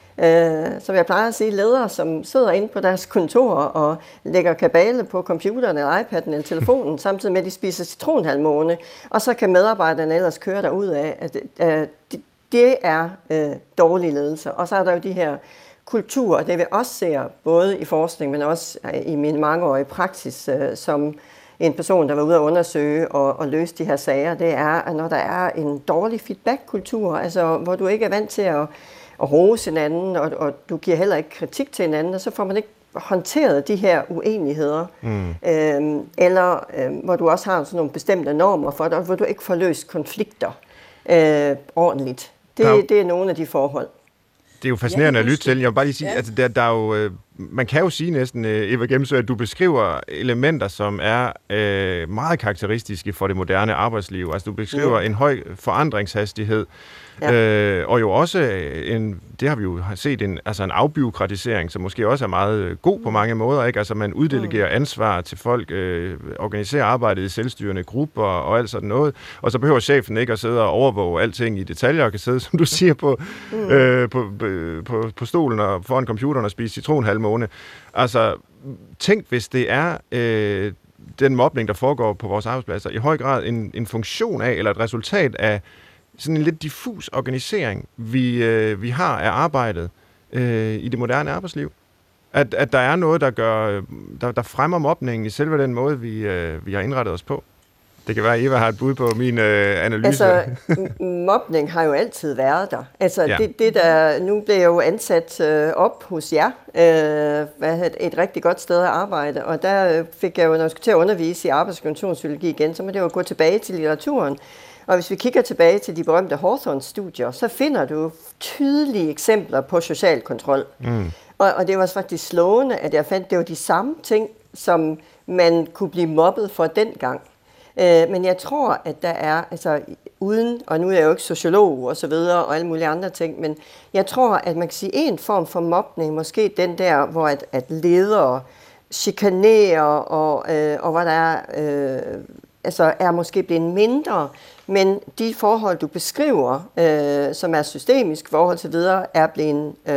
Øh, som jeg plejer at sige, ledere, som sidder inde på deres kontor og lægger kabale på computeren eller iPad'en eller telefonen, samtidig med, at de spiser citronhalvmåne, og så kan medarbejderne ellers køre derud af, at øh, det, det er øh, dårlig ledelse. Og så er der jo de her kultur, det vi også ser både i forskning, men også i min mangeårige praksis øh, som en person, der var ude at undersøge og, og løse de her sager, det er, at når der er en dårlig feedback-kultur, altså hvor du ikke er vant til at, at rose hinanden, og, og du giver heller ikke kritik til hinanden, og så får man ikke håndteret de her uenigheder, mm. øhm, eller øhm, hvor du også har sådan nogle bestemte normer for dig, hvor du ikke får løst konflikter øh, ordentligt. Det, ja. det er nogle af de forhold. Det er jo fascinerende ja, at lytte til. Jeg vil bare lige sige, ja. altså der, der er jo, man kan jo sige næsten, Eva Gemsø, at du beskriver elementer, som er øh, meget karakteristiske for det moderne arbejdsliv. Altså du beskriver ja. en høj forandringshastighed, ja. øh, og jo også en, det har vi jo set, en, altså en afbureaukratisering, som måske også er meget god på mange måder, ikke? Altså man uddelegerer ansvar til folk, øh, organiserer arbejdet i selvstyrende grupper og alt sådan noget, og så behøver chefen ikke at sidde og overvåge alting i detaljer, og kan sidde, som du siger, på, mm. øh, på, på, på stolen og foran computeren og spise citronhalvmåne. Altså, tænk, hvis det er øh, den mobning, der foregår på vores arbejdspladser, i høj grad en, en funktion af, eller et resultat af sådan en lidt diffus organisering, vi, øh, vi har af arbejdet øh, i det moderne arbejdsliv. At, at der er noget, der, gør, der, der fremmer mobningen i selve den måde, vi, øh, vi har indrettet os på. Det kan være, at Eva har et bud på min øh, analyse. Altså, mobning har jo altid været der. Altså, ja. det, det der, nu bliver jo ansat øh, op hos jer, øh, hvad, et rigtig godt sted at arbejde, og der fik jeg jo, når jeg skulle til at undervise i arbejdskontorspsykologi igen, så må det jo gå tilbage til litteraturen. Og hvis vi kigger tilbage til de berømte Hawthorne-studier, så finder du tydelige eksempler på social kontrol. Mm. Og, og det var faktisk slående, at jeg fandt, det var de samme ting, som man kunne blive mobbet for dengang. Men jeg tror, at der er, altså uden, og nu er jeg jo ikke sociolog og så videre, og alle mulige andre ting, men jeg tror, at man kan sige en form for mobning, måske den der, hvor at, at ledere chikanerer, og, øh, og hvor der er, øh, altså er måske blevet mindre, men de forhold, du beskriver, øh, som er systemisk forhold til videre, er blevet, øh,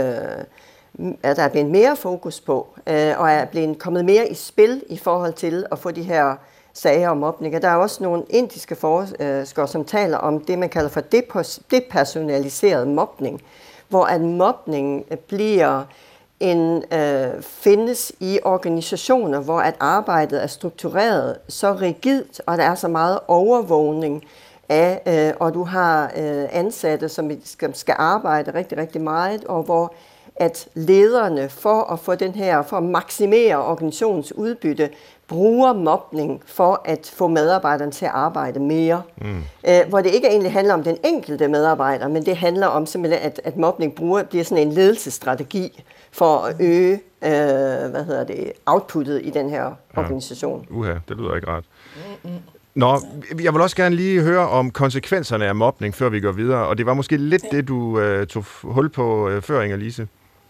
er der blevet mere fokus på, øh, og er blevet kommet mere i spil i forhold til at få de her sager om mobning. Der er også nogle indiske forskere, som taler om det, man kalder for depersonaliseret mobning, hvor at mobning bliver en, øh, findes i organisationer, hvor at arbejdet er struktureret så rigidt, og der er så meget overvågning af, øh, og du har øh, ansatte, som skal, skal arbejde rigtig, rigtig meget, og hvor at lederne for at få den her, for at maksimere organisationens udbytte, bruger mobning for at få medarbejderne til at arbejde mere. Mm. Øh, hvor det ikke egentlig handler om den enkelte medarbejder, men det handler om simpelthen, at, at mobning bruger, bliver sådan en ledelsesstrategi for at øge øh, hvad hedder det, outputtet i den her ja. organisation. Uha, det lyder ikke rart. Mm-mm. Nå, jeg vil også gerne lige høre om konsekvenserne af mobning, før vi går videre, og det var måske lidt det, du øh, tog hul på øh, før, Inger-Lise.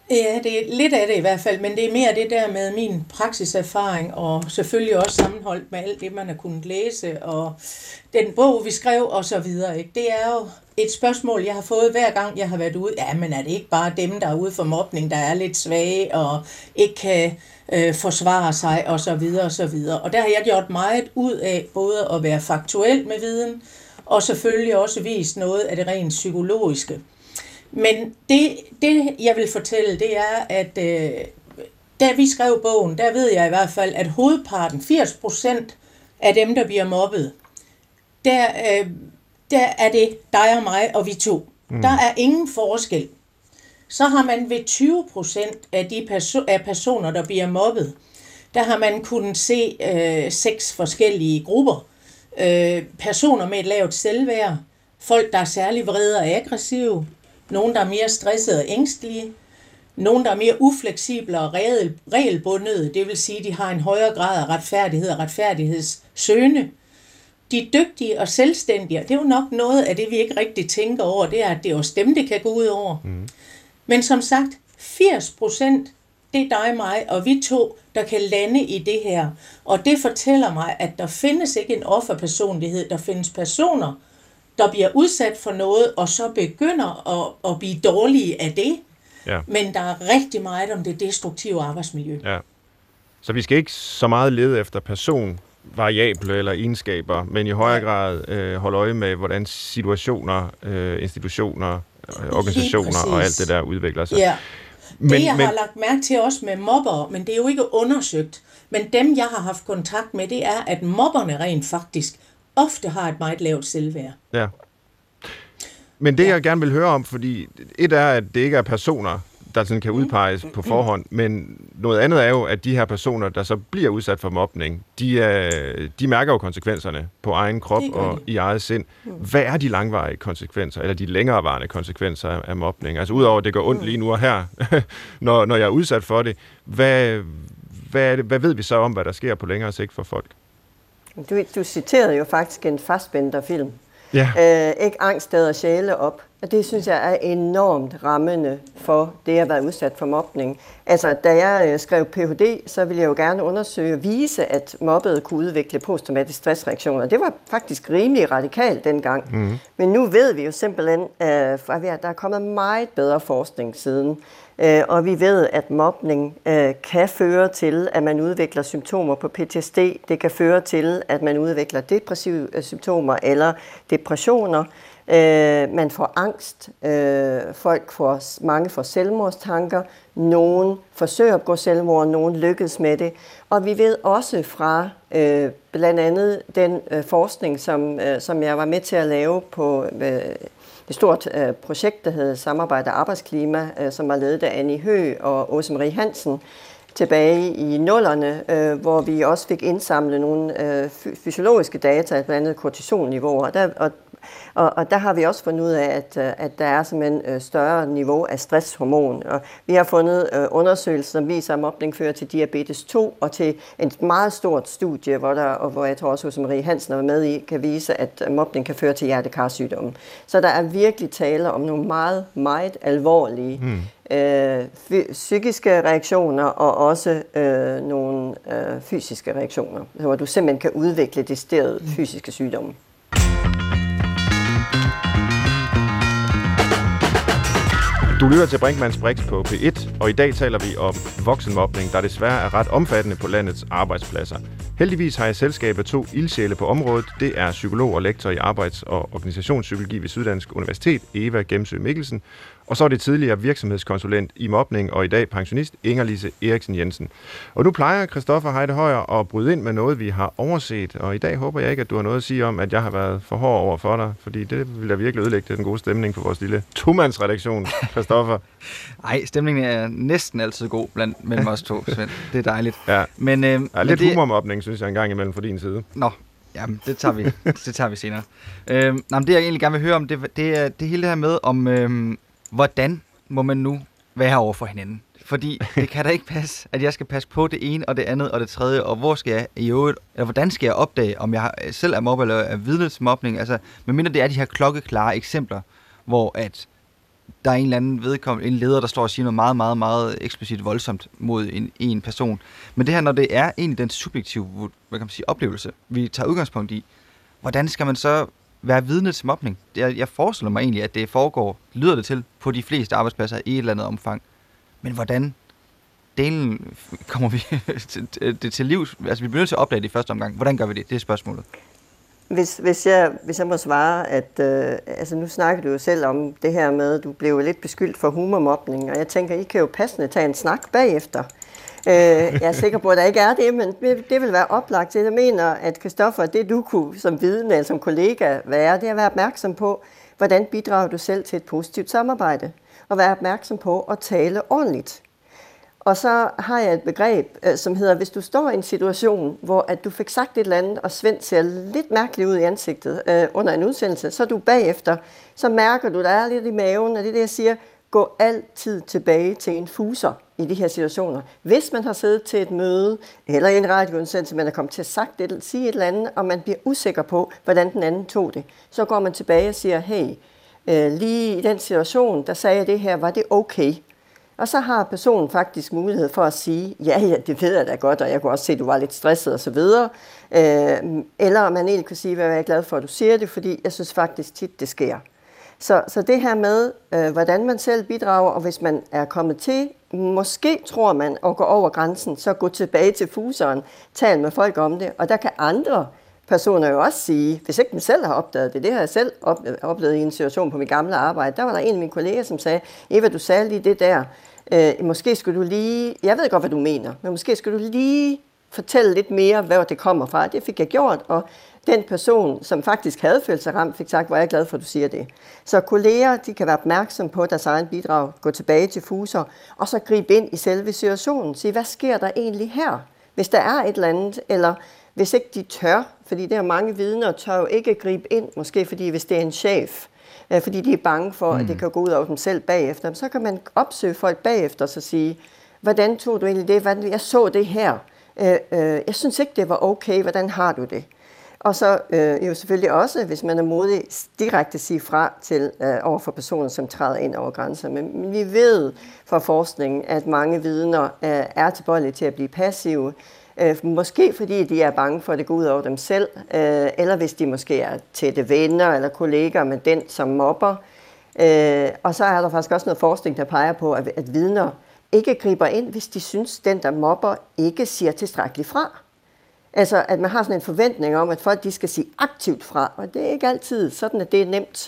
Ja, det er lidt af det i hvert fald, men det er mere det der med min praksiserfaring, og selvfølgelig også sammenholdt med alt det, man har kunnet læse, og den bog, vi skrev, og så videre. Ikke? Det er jo et spørgsmål, jeg har fået hver gang, jeg har været ude. Ja, men er det ikke bare dem, der er ude for mobning, der er lidt svage, og ikke kan øh, forsvare sig, og så videre, og så videre. Og der har jeg gjort meget ud af, både at være faktuel med viden, og selvfølgelig også vist noget af det rent psykologiske. Men det, det, jeg vil fortælle, det er, at øh, da vi skrev bogen, der ved jeg i hvert fald, at hovedparten, firs procent af dem, der bliver mobbet, der, øh, der er det dig og mig og vi to. Mm. Der er ingen forskel. Så har man ved tyve procent af de perso- af personer, der bliver mobbet, der har man kunnet se øh, seks forskellige grupper. Øh, personer med et lavt selvværd, folk, der er særlig vrede og aggressive, nogen, der er mere stressede og ængstelige, nogen, der er mere ufleksible og regel, regelbundede, det vil sige, at de har en højere grad af retfærdighed og retfærdighedssøgende. De er dygtige og selvstændige, det er jo nok noget af det, vi ikke rigtig tænker over, det er, at det er også dem, det kan gå ud over. Mm. Men som sagt, firs procent, det er dig, mig og vi to, der kan lande i det her. Og det fortæller mig, at der findes ikke en offerpersonlighed, der findes personer, der bliver udsat for noget, og så begynder at, at blive dårlige af det. Ja. Men der er rigtig meget om det destruktive arbejdsmiljø. Ja. Så vi skal ikke så meget lede efter personvariable eller egenskaber, men i højere grad øh, holde øje med, hvordan situationer, øh, institutioner, øh, organisationer og alt det der udvikler sig. Ja. Men, det, jeg men, har lagt mærke til også med mobbere, men det er jo ikke undersøgt, men dem, jeg har haft kontakt med, det er, at mobberne rent faktisk ofte har et meget lavt selvværd. Ja. Men det, ja. jeg gerne vil høre om, fordi et er, at det ikke er personer, der sådan kan udpeges på forhånd, men noget andet er jo, at de her personer, der så bliver udsat for mobning, de, er, de mærker jo konsekvenserne på egen krop og i eget sind. Hvad er de langvarige konsekvenser, eller de længerevarende konsekvenser af mobning? Altså udover at det går ondt lige nu og her, når, når jeg er udsat for det, hvad, hvad, er det, hvad ved vi så om, hvad der sker på længere sigt for folk? Du, du citerede jo faktisk en Fassbinder-film. Ja. Øh, ikke angst, steder og sjæle op. Og det synes jeg er enormt rammende for det at være udsat for mobning. Altså, da jeg øh, skrev P H D, så ville jeg jo gerne undersøge og vise, at mobbede kunne udvikle posttraumatisk stressreaktioner. Det var faktisk rimelig radikalt dengang. Mm. Men nu ved vi jo simpelthen, øh, at der er kommet meget bedre forskning siden. Øh, og vi ved, at mobning øh, kan føre til, at man udvikler symptomer på P T S D. Det kan føre til, at man udvikler depressive øh, symptomer eller depressioner. Øh, man får angst. Øh, folk får, mange får selvmordstanker. Nogen forsøger at gå selvmord, nogen lykkes med det. Og vi ved også fra øh, blandt andet den øh, forskning, som, øh, som jeg var med til at lave på øh, et stort øh, projekt, der hed Samarbejde og Arbejdsklima, øh, som var ledet af Annie Høgh og Åse Marie Hansen tilbage i nullerne, øh, hvor vi også fik indsamlet nogle øh, fysiologiske data, blandt andet kortisolniveauer. Der, og, og, og der har vi også fundet ud af, at, at der er simpelthen større niveau af stresshormon. Og vi har fundet øh, undersøgelser, som viser, at mobning fører til diabetes to, og til et meget stort studie, hvor, der, og hvor jeg tror også, at Marie Hansen var med i, kan vise, at mobning kan føre til hjertekarsygdomme. Så der er virkelig tale om nogle meget, meget alvorlige hmm. øh, psykiske reaktioner, og også øh, nogle øh, fysiske reaktioner, hvor du simpelthen kan udvikle decideret hmm. fysiske sygdomme. Du lytter til Brinkmanns Brix på P et, og i dag taler vi om voksenmobning, der desværre er ret omfattende på landets arbejdspladser. Heldigvis har jeg selskab af to ildsjæle på området. Det er psykolog og lektor i arbejds- og organisationspsykologi ved Syddansk Universitet, Eva Gemsø Mikkelsen, og så er det tidligere virksomhedskonsulent i mobning og i dag pensionist Inger-Lise Eriksen Jensen. Og nu plejer Christoffer Heide Høyer at bryde ind med noget, vi har overset, og i dag håber jeg ikke, at du har noget at sige om, at jeg har været for hård over for dig, fordi det vil da virkelig ødelægge den gode stemning på vores lille tomandsredaktion, Christoffer. Nej, stemningen er næsten altid god blandt mellem os to, Svend. Det er dejligt. Ja. Men, øh, ja, lidt det... humormobning, synes jeg, en gang imellem fra din side. Nå, jamen, det tager vi, det tager vi senere. Øh, nej, det jeg egentlig gerne vil høre om, det, det er det hele det her med, om øh, hvordan må man nu være over for hinanden? Fordi det kan da ikke passe, at jeg skal passe på det ene og det andet og det tredje, og hvor skal jeg i øvrigt, eller hvordan skal jeg opdage, om jeg selv er mobbet eller er vidne til mobning? Altså, medmindre det er de her klokkeklare eksempler, hvor at der er en eller anden vedkommende, en leder, der står og siger noget meget, meget, meget eksplicit voldsomt mod en, en person. Men det her, når det er egentlig den subjektive, hvad kan man sige, oplevelse, vi tager udgangspunkt i, hvordan skal man så være vidne til mobning? Jeg, jeg forestiller mig egentlig, at det foregår, lyder det til, på de fleste arbejdspladser i et eller andet omfang. Men hvordan delen kommer vi det til, til livs? Altså, vi bliver nødt til at opdage det i første omgang. Hvordan gør vi det? Det er spørgsmålet. Hvis, hvis, jeg, hvis jeg må svare, at øh, altså nu snakker du jo selv om det her med, at du blev lidt beskyldt for humormobning, og jeg tænker, I kan jo passende tage en snak bagefter. Øh, jeg er sikker på, at der ikke er det, men det vil være oplagt. Jeg mener, at Christoffer, det du kunne som vidne eller som kollega være, det er at være opmærksom på, hvordan bidrager du selv til et positivt samarbejde, og være opmærksom på at tale ordentligt. Og så har jeg et begreb, som hedder, hvis du står i en situation, hvor at du fik sagt et eller andet, og Svend ser lidt mærkeligt ud i ansigtet øh, under en udsendelse, så er du bagefter, så mærker du, der er lidt i maven, og det er det, jeg siger, gå altid tilbage til en fuser i de her situationer. Hvis man har siddet til et møde, eller i en radioudsendelse, man er kommet til at sagt det, eller sige et eller andet, og man bliver usikker på, hvordan den anden tog det, så går man tilbage og siger, hey, øh, lige i den situation, der sagde jeg det her, var det okay? Og så har personen faktisk mulighed for at sige, ja, ja, det ved jeg da godt, og jeg kunne også se, at du var lidt stresset osv. Øh, eller man egentlig kunne sige, hvad jeg er glad for, at du siger det, fordi jeg synes faktisk tit, det sker. Så, så det her med, øh, hvordan man selv bidrager, og hvis man er kommet til, måske tror man at gå over grænsen, så gå tilbage til fuseren, tal med folk om det, og der kan andre personer jo også sige, hvis ikke man selv har opdaget det, det har jeg selv oplevet i en situation på mit gamle arbejde, der var der en af mine kolleger, som sagde, Eva, du sagde lige det der, øh, måske skulle du lige, jeg ved godt, hvad du mener, men måske skulle du lige fortælle lidt mere, hvor det kommer fra. Det fik jeg gjort, og den person, som faktisk havde følt sig ramt, fik sagt, hvor er jeg glad for, at du siger det. Så kolleger, de kan være opmærksom på deres egen bidrag, gå tilbage til fuser, og så gribe ind i selve situationen, sige, hvad sker der egentlig her, hvis der er et eller andet, eller hvis ikke de tør, fordi der er mange vidner, tør jo ikke gribe ind, måske fordi hvis det er en chef, fordi de er bange for, mm. at det kan gå ud over dem selv bagefter, så kan man opsøge folk bagefter og så sige, hvordan tog du egentlig det? Hvordan, jeg så det her. Øh, øh, jeg synes ikke, det var okay. Hvordan har du det? Og så øh, jo selvfølgelig også, hvis man er modig, direkte sige fra til øh, over for personer, som træder ind over grænser. Men vi ved fra forskningen, at mange vidner øh, er tilbøjelige til at blive passive. Øh, måske fordi de er bange for, at det går ud over dem selv, øh, eller hvis de måske er tætte venner eller kolleger med den, som mobber. Øh, og så er der faktisk også noget forskning, der peger på, at, at vidner ikke griber ind, hvis de synes, den, der mobber, ikke siger tilstrækkeligt fra. Altså, at man har sådan en forventning om, at folk de skal sige aktivt fra, og det er ikke altid sådan, at det er nemt.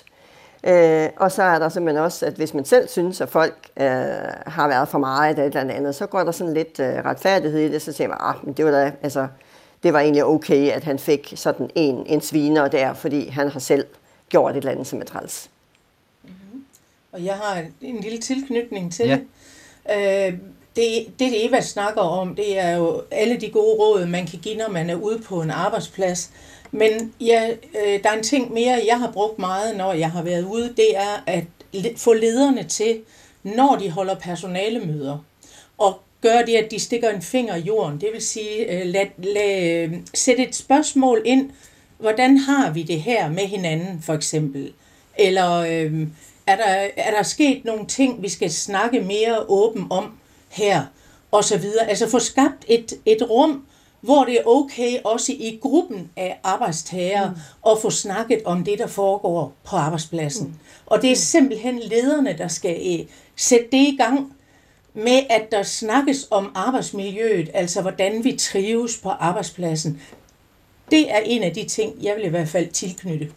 Øh, og så er der simpelthen også, at hvis man selv synes, at folk øh, har været for meget eller et eller andet, så går der sådan lidt øh, retfærdighed i det, så siger man, ah, men det var da, altså, det var egentlig okay, at han fik sådan en, en sviner der, fordi han har selv gjort et eller andet, som er træls. Mm-hmm. Og jeg har en lille tilknytning til ja. øh, det. Det, Eva snakker om, det er jo alle de gode råd, man kan give, når man er ude på en arbejdsplads. Men ja, øh, der er en ting mere, jeg har brugt meget, når jeg har været ude, det er at få lederne til, når de holder personalemøder, og gør det, at de stikker en finger i jorden. Det vil sige, øh, lad, lad, sætte et spørgsmål ind, hvordan har vi det her med hinanden, for eksempel? Eller øh, er, der, er der sket nogle ting, vi skal snakke mere åben om her? Og så videre. Altså få skabt et, et rum, hvor det er okay, også i gruppen af arbejdstagere, mm. at få snakket om det, der foregår på arbejdspladsen. Mm. Og det er simpelthen lederne, der skal uh, sætte det i gang med, at der snakkes om arbejdsmiljøet, altså hvordan vi trives på arbejdspladsen. Det er en af de ting, jeg vil i hvert fald tilknytte.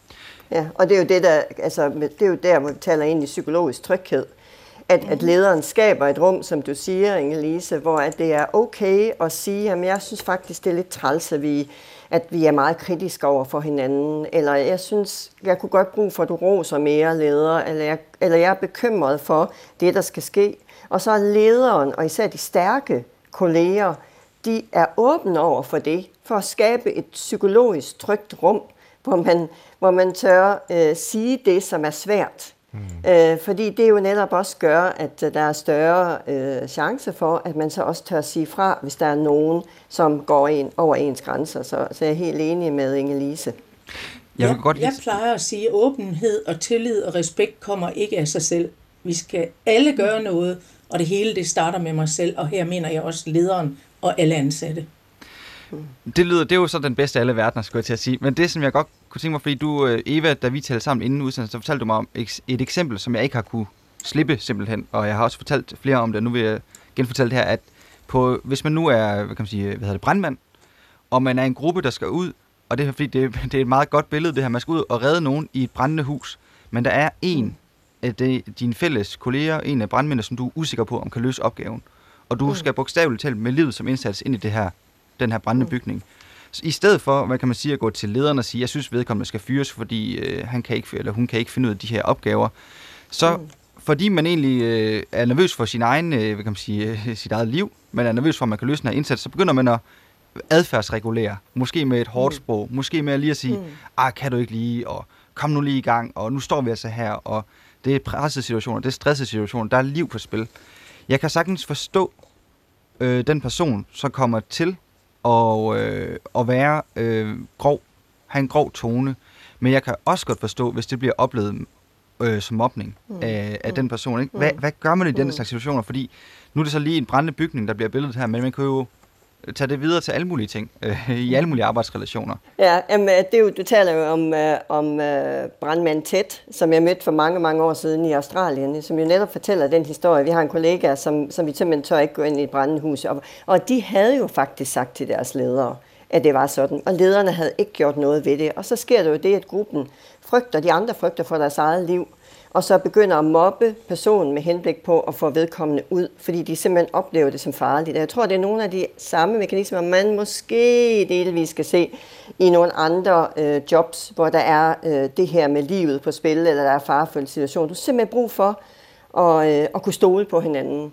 Ja, og det er jo, det der, altså, det er jo der, hvor vi taler ind i psykologisk tryghed. At, at lederen skaber et rum, som du siger, Inge-Lise, hvor at det er okay at sige, at jeg synes faktisk, det er lidt træls, at vi, at vi er meget kritiske over for hinanden, eller jeg synes, jeg kunne godt bruge for, at du roser mere, leder, eller jeg, eller jeg er bekymret for det, der skal ske. Og så er lederen, og især de stærke kolleger, de er åbne over for det, for at skabe et psykologisk trygt rum, hvor man, hvor man tør øh, sige det, som er svært. Mm. Øh, fordi det jo netop også gør, at der er større øh, chance for, at man så også tør sige fra, hvis der er nogen, som går ind over ens grænser. Så, så jeg er helt enig med Inge-Lise. Jeg, jeg, vil godt jeg plejer at sige, at åbenhed og tillid og respekt kommer ikke af sig selv. Vi skal alle gøre noget, og det hele det starter med mig selv, og her mener jeg også lederen og alle ansatte. Det lyder, det er jo så den bedste af alle verdener, skulle jeg til at sige. Men det, som jeg godt kunne tænke mig, fordi du, Eva, da vi talte sammen inden udsendelsen, så fortalte du mig om et eksempel, som jeg ikke har kunne slippe simpelthen, og jeg har også fortalt flere om det, nu vil jeg genfortælle det her, at på, hvis man nu er, hvad kan man sige, hvad hedder det, brandmand, og man er en gruppe, der skal ud, og det er fordi, det, det er et meget godt billede, det her, man skal ud og redde nogen i et brændende hus, men der er en af de, dine fælles kolleger, en af brandmændene, som du er usikker på, om kan løse opgaven, og du skal bogstaveligt talt med livet som indsats ind i det her, den her brændende bygning. Så i stedet for, hvad kan man sige, at gå til lederen og sige, jeg synes vedkommende skal fyres, fordi øh, han kan ikke, eller hun kan ikke finde ud af de her opgaver, så fordi man egentlig øh, er nervøs for sin egen, øh, hvad kan man sige, øh, sit eget liv, man er nervøs for, at man kan løse den her indsats, så begynder man at adfærdsregulere, måske med et hårdt sprog, måske med at lige at sige, ah, kan du ikke lige, og kom nu lige i gang, og nu står vi altså her, og det er pressede situationer, det er stressede situationer, der er liv på spil. Jeg kan sagtens forstå øh, den person, som kommer til at, øh, at være øh, grov, have en grov tone, men jeg kan også godt forstå, hvis det bliver oplevet øh, som mobning mm. af, af mm. den person. Ikke? Hvad, mm. hvad gør man i den slags situationer? Fordi nu er det så lige en brændende bygning, der bliver billedet her, men man kan jo tage det videre til alle mulige ting, øh, i alle mulige arbejdsrelationer. Ja, jamen, det er jo, du taler jo om, øh, om øh, brandmand Ted, som jeg mødte for mange, mange år siden i Australien, som jo netop fortæller den historie. Vi har en kollega, som, som vi simpelthen tør ikke gå ind i et brændende hus. Og, og de havde jo faktisk sagt til deres ledere, at det var sådan. Og lederne havde ikke gjort noget ved det. Og så sker det jo det, at gruppen frygter, de andre frygter for deres eget liv, og så begynder at mobbe personen med henblik på at få vedkommende ud, fordi de simpelthen oplever det som farligt. Jeg tror, det er nogle af de samme mekanismer, man måske delvis skal se i nogle andre øh, jobs, hvor der er øh, det her med livet på spil, eller der er farefulde situationer. Du har simpelthen brug for at, øh, at kunne stole på hinanden.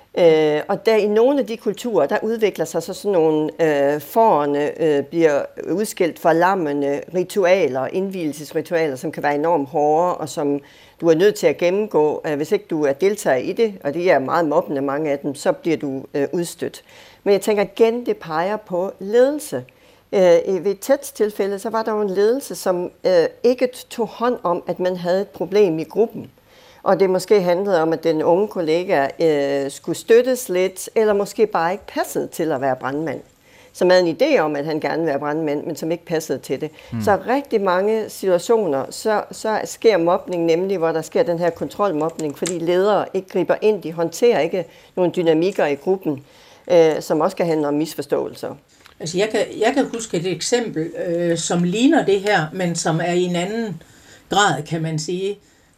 Øh, og der i nogle af de kulturer, der udvikler sig så sådan nogle øh, forerne, øh, bliver udskilt for lammende ritualer, indvielsesritualer, som kan være enormt hårde, og som du er nødt til at gennemgå. Øh, hvis ikke du er deltager i det, og det er meget mobbende mange af dem, så bliver du øh, udstødt. Men jeg tænker igen, det peger på ledelse. Øh, ved et tæt tilfælde, så var der jo en ledelse, som øh, ikke tog hånd om, at man havde et problem i gruppen. Og det måske handlede om, at den unge kollega øh, skulle støttes lidt, eller måske bare ikke passede til at være brandmand. Som havde en idé om, at han gerne ville være brandmand, men som ikke passede til det. Mm. Så rigtig mange situationer, så, så sker mobning nemlig, hvor der sker den her kontrolmobning, fordi ledere ikke griber ind, de håndterer ikke nogle dynamikker i gruppen, øh, som også kan handle om misforståelser. Altså jeg kan, jeg kan huske et eksempel, øh, som ligner det her, men som er i en anden grad, kan man sige.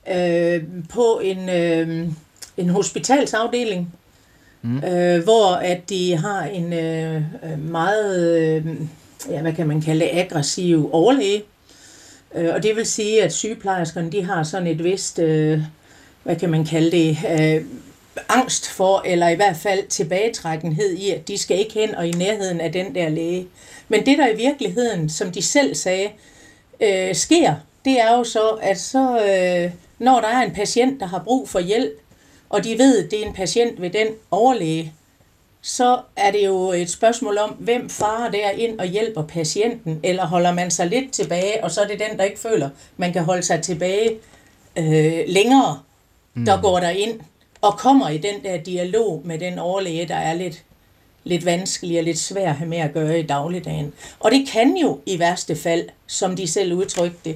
Øh, på en, øh, en hospitalsafdeling, mm. øh, hvor at de har en øh, meget, øh, ja, hvad kan man kalde det, aggressiv overlæge. Øh, og det vil sige, at sygeplejerskerne, de har sådan et vist, øh, hvad kan man kalde det, øh, angst for, eller i hvert fald tilbagetrækkenhed i, at de skal ikke hen og i nærheden af den der læge. Men det der i virkeligheden, som de selv sagde, øh, sker, det er jo så, at så, øh, når der er en patient, der har brug for hjælp, og de ved, at det er en patient ved den overlæge, så er det jo et spørgsmål om, hvem farer der ind og hjælper patienten, eller holder man sig lidt tilbage, og så er det den, der ikke føler, man kan holde sig tilbage øh, længere, mm. der går der ind og kommer i den der dialog med den overlæge, der er lidt, lidt vanskelig og lidt svær at have med at gøre i dagligdagen. Og det kan jo i værste fald, som de selv udtrykte det,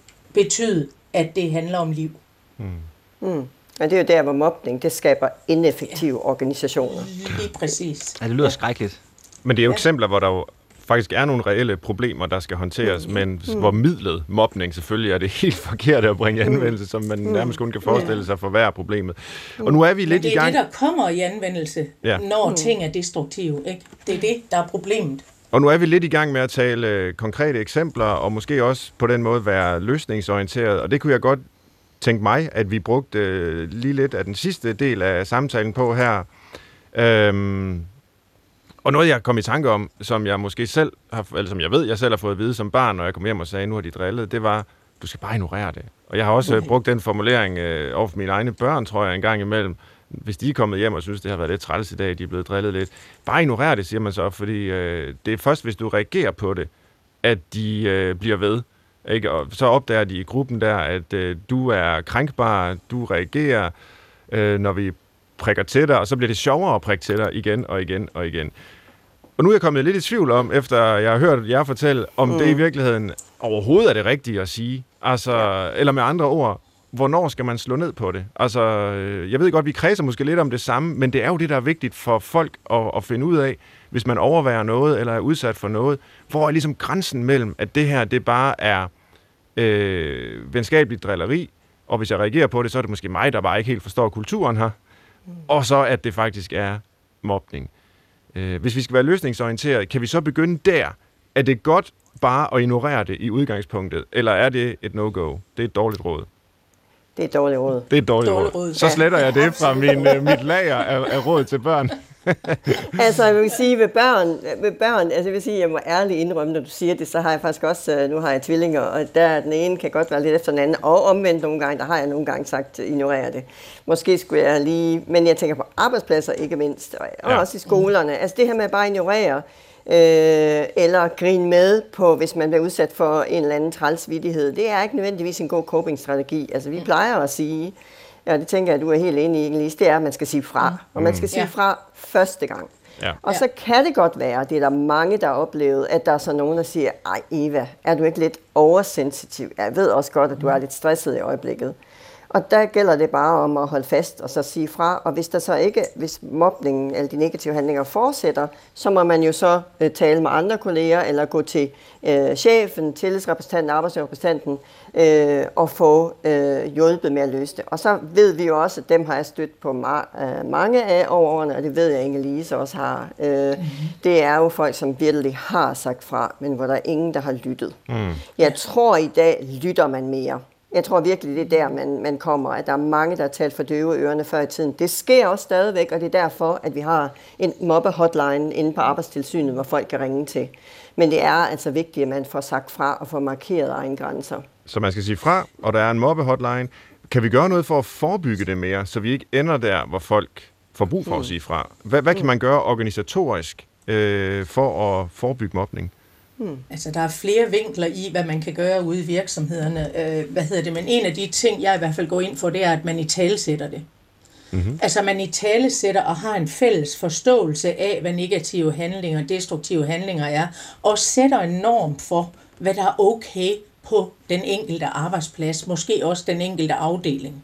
betyde, at det handler om liv. Mm. Mm. Og det er jo der, hvor mobning, det skaber ineffektive ja. organisationer. Lige præcis. Ja, det lyder ja. skrækkeligt. Men det er jo ja. eksempler, hvor der jo faktisk er nogle reelle problemer, der skal håndteres, mm. men mm. hvor midlet mobning selvfølgelig er det helt forkerte at bringe i anvendelse, mm. som man nærmest kun kan forestille sig for hver problemet. Og nu er vi lidt i gang. Det er det, der kommer i anvendelse, ja. når mm. ting er destruktive. Ikke? Det er det, der er problemet. Og nu er vi lidt i gang med at tale øh, konkrete eksempler, og måske også på den måde være løsningsorienteret, og det kunne jeg godt tænke mig, at vi brugte øh, lige lidt af den sidste del af samtalen på her. Øhm, og noget, jeg kom i tanke om, som jeg måske selv har, eller som jeg ved, jeg selv har fået at vide som barn, når jeg kom hjem og sagde, nu har de drillet, det var, du skal bare ignorere det. Og jeg har også okay. brugt den formulering øh, over for mine egne børn, tror jeg, en gang imellem. Hvis de er kommet hjem og synes, det har været lidt træls i dag, de er blevet drillet lidt. Bare ignorer det, siger man så, fordi øh, det er først, hvis du reagerer på det, at de øh, bliver ved. Ikke? Og så opdager de i gruppen der, at øh, du er krænkbar, du reagerer, øh, når vi prikker til dig, og så bliver det sjovere at prikke til dig igen og igen og igen. Og nu er jeg kommet lidt i tvivl om, efter jeg har hørt jer fortælle, om mm. det i virkeligheden overhovedet er det rigtige at sige. Altså, ja. Eller med andre ord, hvornår skal man slå ned på det? Altså, jeg ved godt, vi kredser måske lidt om det samme, men det er jo det, der er vigtigt for folk at, at finde ud af, hvis man overværer noget, eller er udsat for noget. Hvor er ligesom grænsen mellem, at det her, det bare er øh, venskabeligt drilleri, og hvis jeg reagerer på det, så er det måske mig, der bare ikke helt forstår kulturen her, mm. og så at det faktisk er mobning. Øh, hvis vi skal være løsningsorienteret, kan vi så begynde der? Er det godt bare at ignorere det i udgangspunktet, eller er det et no-go? Det er et dårligt råd. Det er et dårligt råd. Det er et dårligt, dårligt råd. råd. Så sletter jeg det fra min, uh, mit lager af, af råd til børn. Altså, jeg vil sige, ved børn, ved børn, altså jeg vil sige, jeg må ærligt indrømme, når du siger det, så har jeg faktisk også, nu har jeg tvillinger, og der den ene kan godt være lidt efter den anden, og omvendt nogle gange, der har jeg nogle gange sagt, ignorere det. Måske skulle jeg lige, men jeg tænker på arbejdspladser ikke mindst, og ja. Også i skolerne. Altså det her med bare at ignorere, Øh, eller grine med på, hvis man bliver udsat for en eller anden trælsvittighed. Det er ikke nødvendigvis en god coping-strategi. Altså vi plejer at sige, ja, det tænker jeg, at du er helt enig i, Inge-Lise, det er, at man skal sige fra. Og man skal sige ja. fra første gang. Ja. Og så kan det godt være, det er der mange, der har oplevet, at der er så nogen, der siger, ej Eva, er du ikke lidt oversensitiv? Jeg ved også godt, at du er lidt stresset i øjeblikket. Og der gælder det bare om at holde fast og så sige fra, og hvis der så ikke, hvis mobningen eller de negative handlinger fortsætter, så må man jo så øh, tale med andre kolleger, eller gå til øh, chefen, tillidsrepræsentanten, arbejdsrepræsentanten, øh, og få øh, hjulpet med at løse det. Og så ved vi jo også, at dem har jeg stødt på ma- øh, mange af over årene, og det ved jeg, Inge-Lise også har. Øh, mm-hmm. Det er jo folk, som virkelig har sagt fra, men hvor der er ingen, der har lyttet. Mm. Jeg tror, i dag lytter man mere. Jeg tror virkelig, det er der, man, man kommer, at der er mange, der har talt for døve ørerne før i tiden. Det sker også stadigvæk, og det er derfor, at vi har en mobbe-hotline inde på Arbejdstilsynet, hvor folk kan ringe til. Men det er altså vigtigt, at man får sagt fra og får markeret egne grænser. Så man skal sige fra, og der er en mobbe-hotline. Kan vi gøre noget for at forebygge det mere, så vi ikke ender der, hvor folk får brug for mm. at sige fra? Hvad, hvad kan man gøre organisatorisk øh, for at forebygge mobning? Hmm. Altså, der er flere vinkler i, hvad man kan gøre ude i virksomhederne. Øh, hvad hedder det? Men en af de ting, jeg i hvert fald går ind for, det er, at man italesætter det. Mm-hmm. Altså, man italesætter og har en fælles forståelse af, hvad negative handlinger, destruktive handlinger er, og sætter en norm for, hvad der er okay på den enkelte arbejdsplads, måske også den enkelte afdeling.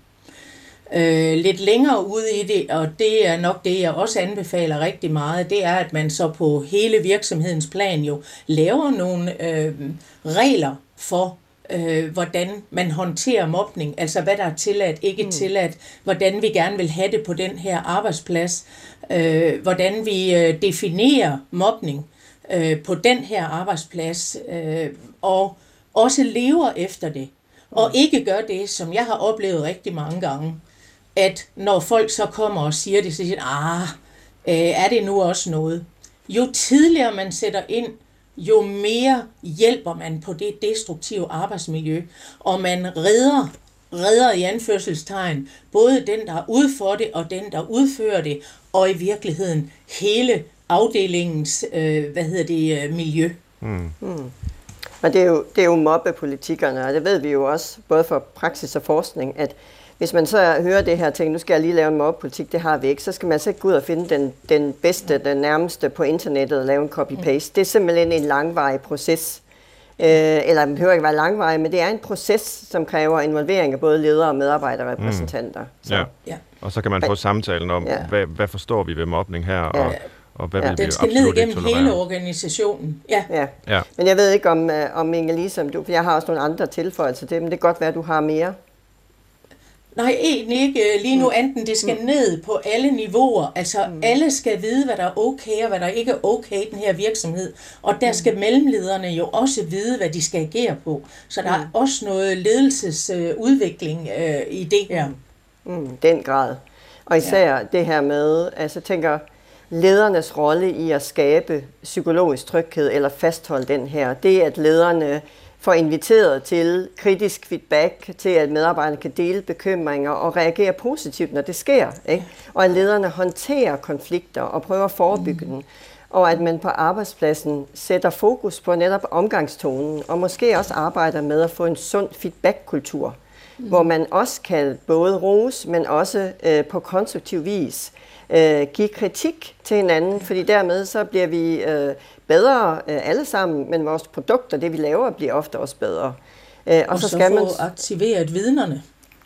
Øh, lidt længere ude i det, og det er nok det, jeg også anbefaler rigtig meget, det er, at man så på hele virksomhedens plan jo laver nogle øh, regler for, øh, hvordan man håndterer mobning, altså hvad der er tilladt, ikke mm. tilladt, hvordan vi gerne vil have det på den her arbejdsplads, øh, hvordan vi øh, definerer mobning øh, på den her arbejdsplads, øh, og også lever efter det, og ikke gør det, som jeg har oplevet rigtig mange gange, at når folk så kommer og siger det, så siger de, ah, er det nu også noget? Jo tidligere man sætter ind, jo mere hjælper man på det destruktive arbejdsmiljø, og man redder, redder i anførselstegn, både den, der er ude for det, og den, der udfører det, og i virkeligheden hele afdelingens, øh, hvad hedder det, miljø. Mm. Mm. Og det er jo, det er jo mobbepolitikkerne, og det ved vi jo også, både for praksis og forskning, at hvis man så hører det her ting, nu skal jeg lige lave en mobbepolitik, det har vi ikke, så skal man så ikke gå ud og finde den, den bedste, den nærmeste på internettet og lave en copy-paste. Det er simpelthen en langvarig proces. Øh, eller det behøver ikke være langvarig, men det er en proces, som kræver involvering af både ledere og medarbejderrepræsentanter. Mm. Så. Ja. Og så kan man få samtalen om, ja. hvad, hvad forstår vi ved mobning her, og, ja. og hvad ja. vil vi Den skal ned igennem hele organisationen. Ja. Ja. Ja. Men jeg ved ikke om, om Inge-Lise, om du, for jeg har også nogle andre tilføjelser til, men det kan godt være, at du har mere. Nej, egentlig ikke lige nu, enten det skal ned på alle niveauer, altså mm. alle skal vide, hvad der er okay og hvad der ikke er okay i den her virksomhed, og der skal mellemlederne jo også vide, hvad de skal agere på, så der mm. er også noget ledelsesudvikling øh, i det her. Mm, den grad. Og især ja. det her med, altså tænker ledernes rolle i at skabe psykologisk tryghed eller fastholde den her, det at lederne får inviteret til kritisk feedback, til at medarbejderne kan dele bekymringer og reagere positivt, når det sker. Ikke? Og at lederne håndterer konflikter og prøver at forebygge mm. dem. og at man på arbejdspladsen sætter fokus på netop omgangstonen, og måske også arbejder med at få en sund feedback-kultur, mm. hvor man også kan både rose, men også øh, på konstruktiv vis øh, give kritik til hinanden, fordi dermed så bliver vi øh, bedre øh, alle sammen, men vores produkter, det vi laver, bliver ofte også bedre. Øh, og, og så, så skal få man aktiveret vidnerne.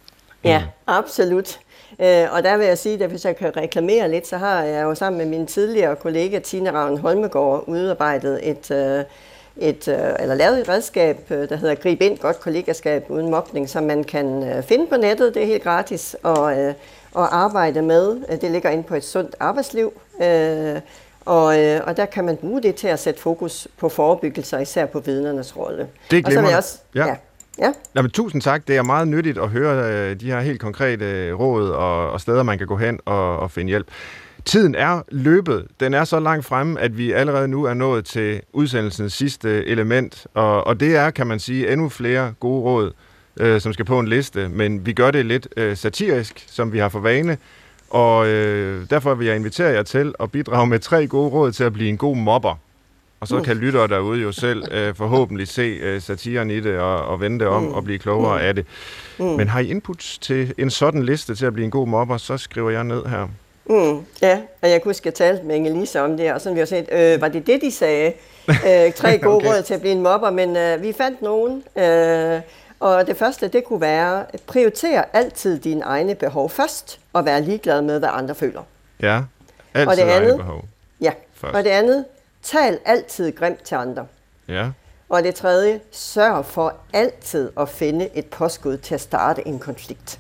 Ja, absolut. Øh, og der vil jeg sige, at hvis jeg kan reklamere lidt, så har jeg jo sammen med min tidligere kollega Tine Ravn Holmegård udarbejdet et, øh, et, øh, eller lavet et redskab, der hedder Grib ind, godt kollegaskab uden mobning, som man kan øh, finde på nettet. Det er helt gratis og, øh, og arbejde med. Det ligger inde på et sundt arbejdsliv. Øh, og, øh, og der kan man bruge det til at sætte fokus på forebyggelser, især på vidnernes rolle. Det er glimrende. Også, ja. ja. Ja. Jamen, tusind tak. Det er meget nyttigt at høre øh, de her helt konkrete øh, råd og, og steder, man kan gå hen og, og finde hjælp. Tiden er løbet. Den er så langt fremme, at vi allerede nu er nået til udsendelsens sidste element. Og, og det er, kan man sige, endnu flere gode råd, øh, som skal på en liste. Men vi gør det lidt øh, satirisk, som vi har for vane. Og øh, derfor vil jeg invitere jer til at bidrage med tre gode råd til at blive en god mobber. Og så kan lyttere derude jo selv øh, forhåbentlig se øh, satiren i det og, og vende det om mm. og blive klogere mm. af det. Mm. Men har I inputs til en sådan liste til at blive en god mobber, så skriver jeg ned her. Mm. Ja, og jeg kunne huske, at jeg talte med Inge-Lise om det, og sådan vi har set, øh, var det det, de sagde? Øh, tre gode okay. råd til at blive en mobber, men øh, vi fandt nogen. Øh, og det første, det kunne være, at prioritere altid dine egne behov først, og være ligeglad med, hvad andre føler. Ja, altid og det andet, egne behov Ja, først. Og det andet, tal altid grimt til andre. Ja. Og det tredje, sørg for altid at finde et påskud til at starte en konflikt.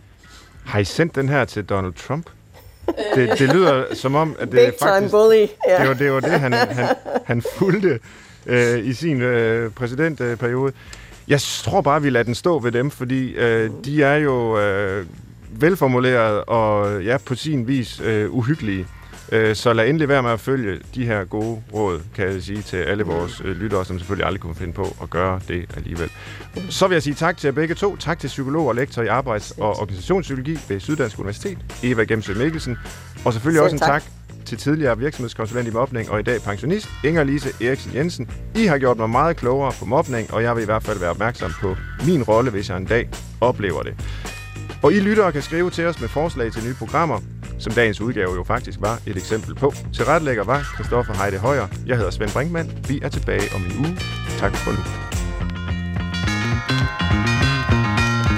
Har I sendt den her til Donald Trump? det, det lyder som om, at det Big faktisk... time bully. Ja. Det var det, var det han, han, han fulgte øh, i sin øh, præsidentperiode. Jeg tror bare, vi lader den stå ved dem, fordi øh, de er jo øh, velformuleret og ja, på sin vis øh, uhyggelige. Så lad endelig være med at følge de her gode råd, kan jeg sige, til alle vores lyttere, som selvfølgelig aldrig kunne finde på at gøre det alligevel. Så vil jeg sige tak til jer begge to. Tak til psykolog og lektor i arbejds- og organisationspsykologi ved Syddansk Universitet, Eva Gemsø Mikkelsen. Og selvfølgelig Selv også en tak. tak til tidligere virksomhedskonsulent i mobning og i dag pensionist, Inger-Lise Eriksen Jensen. I har gjort mig meget klogere på mobning, og jeg vil i hvert fald være opmærksom på min rolle, hvis jeg en dag oplever det. Og I lyttere kan skrive til os med forslag til nye programmer, som dagens udgave jo faktisk var et eksempel på. Tilrettelægger var Christoffer Heide Højer. Jeg hedder Svend Brinkmann. Vi er tilbage om en uge. Tak for nu.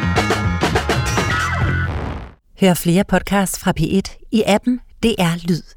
Hør flere podcasts fra P et i appen D R Lyd.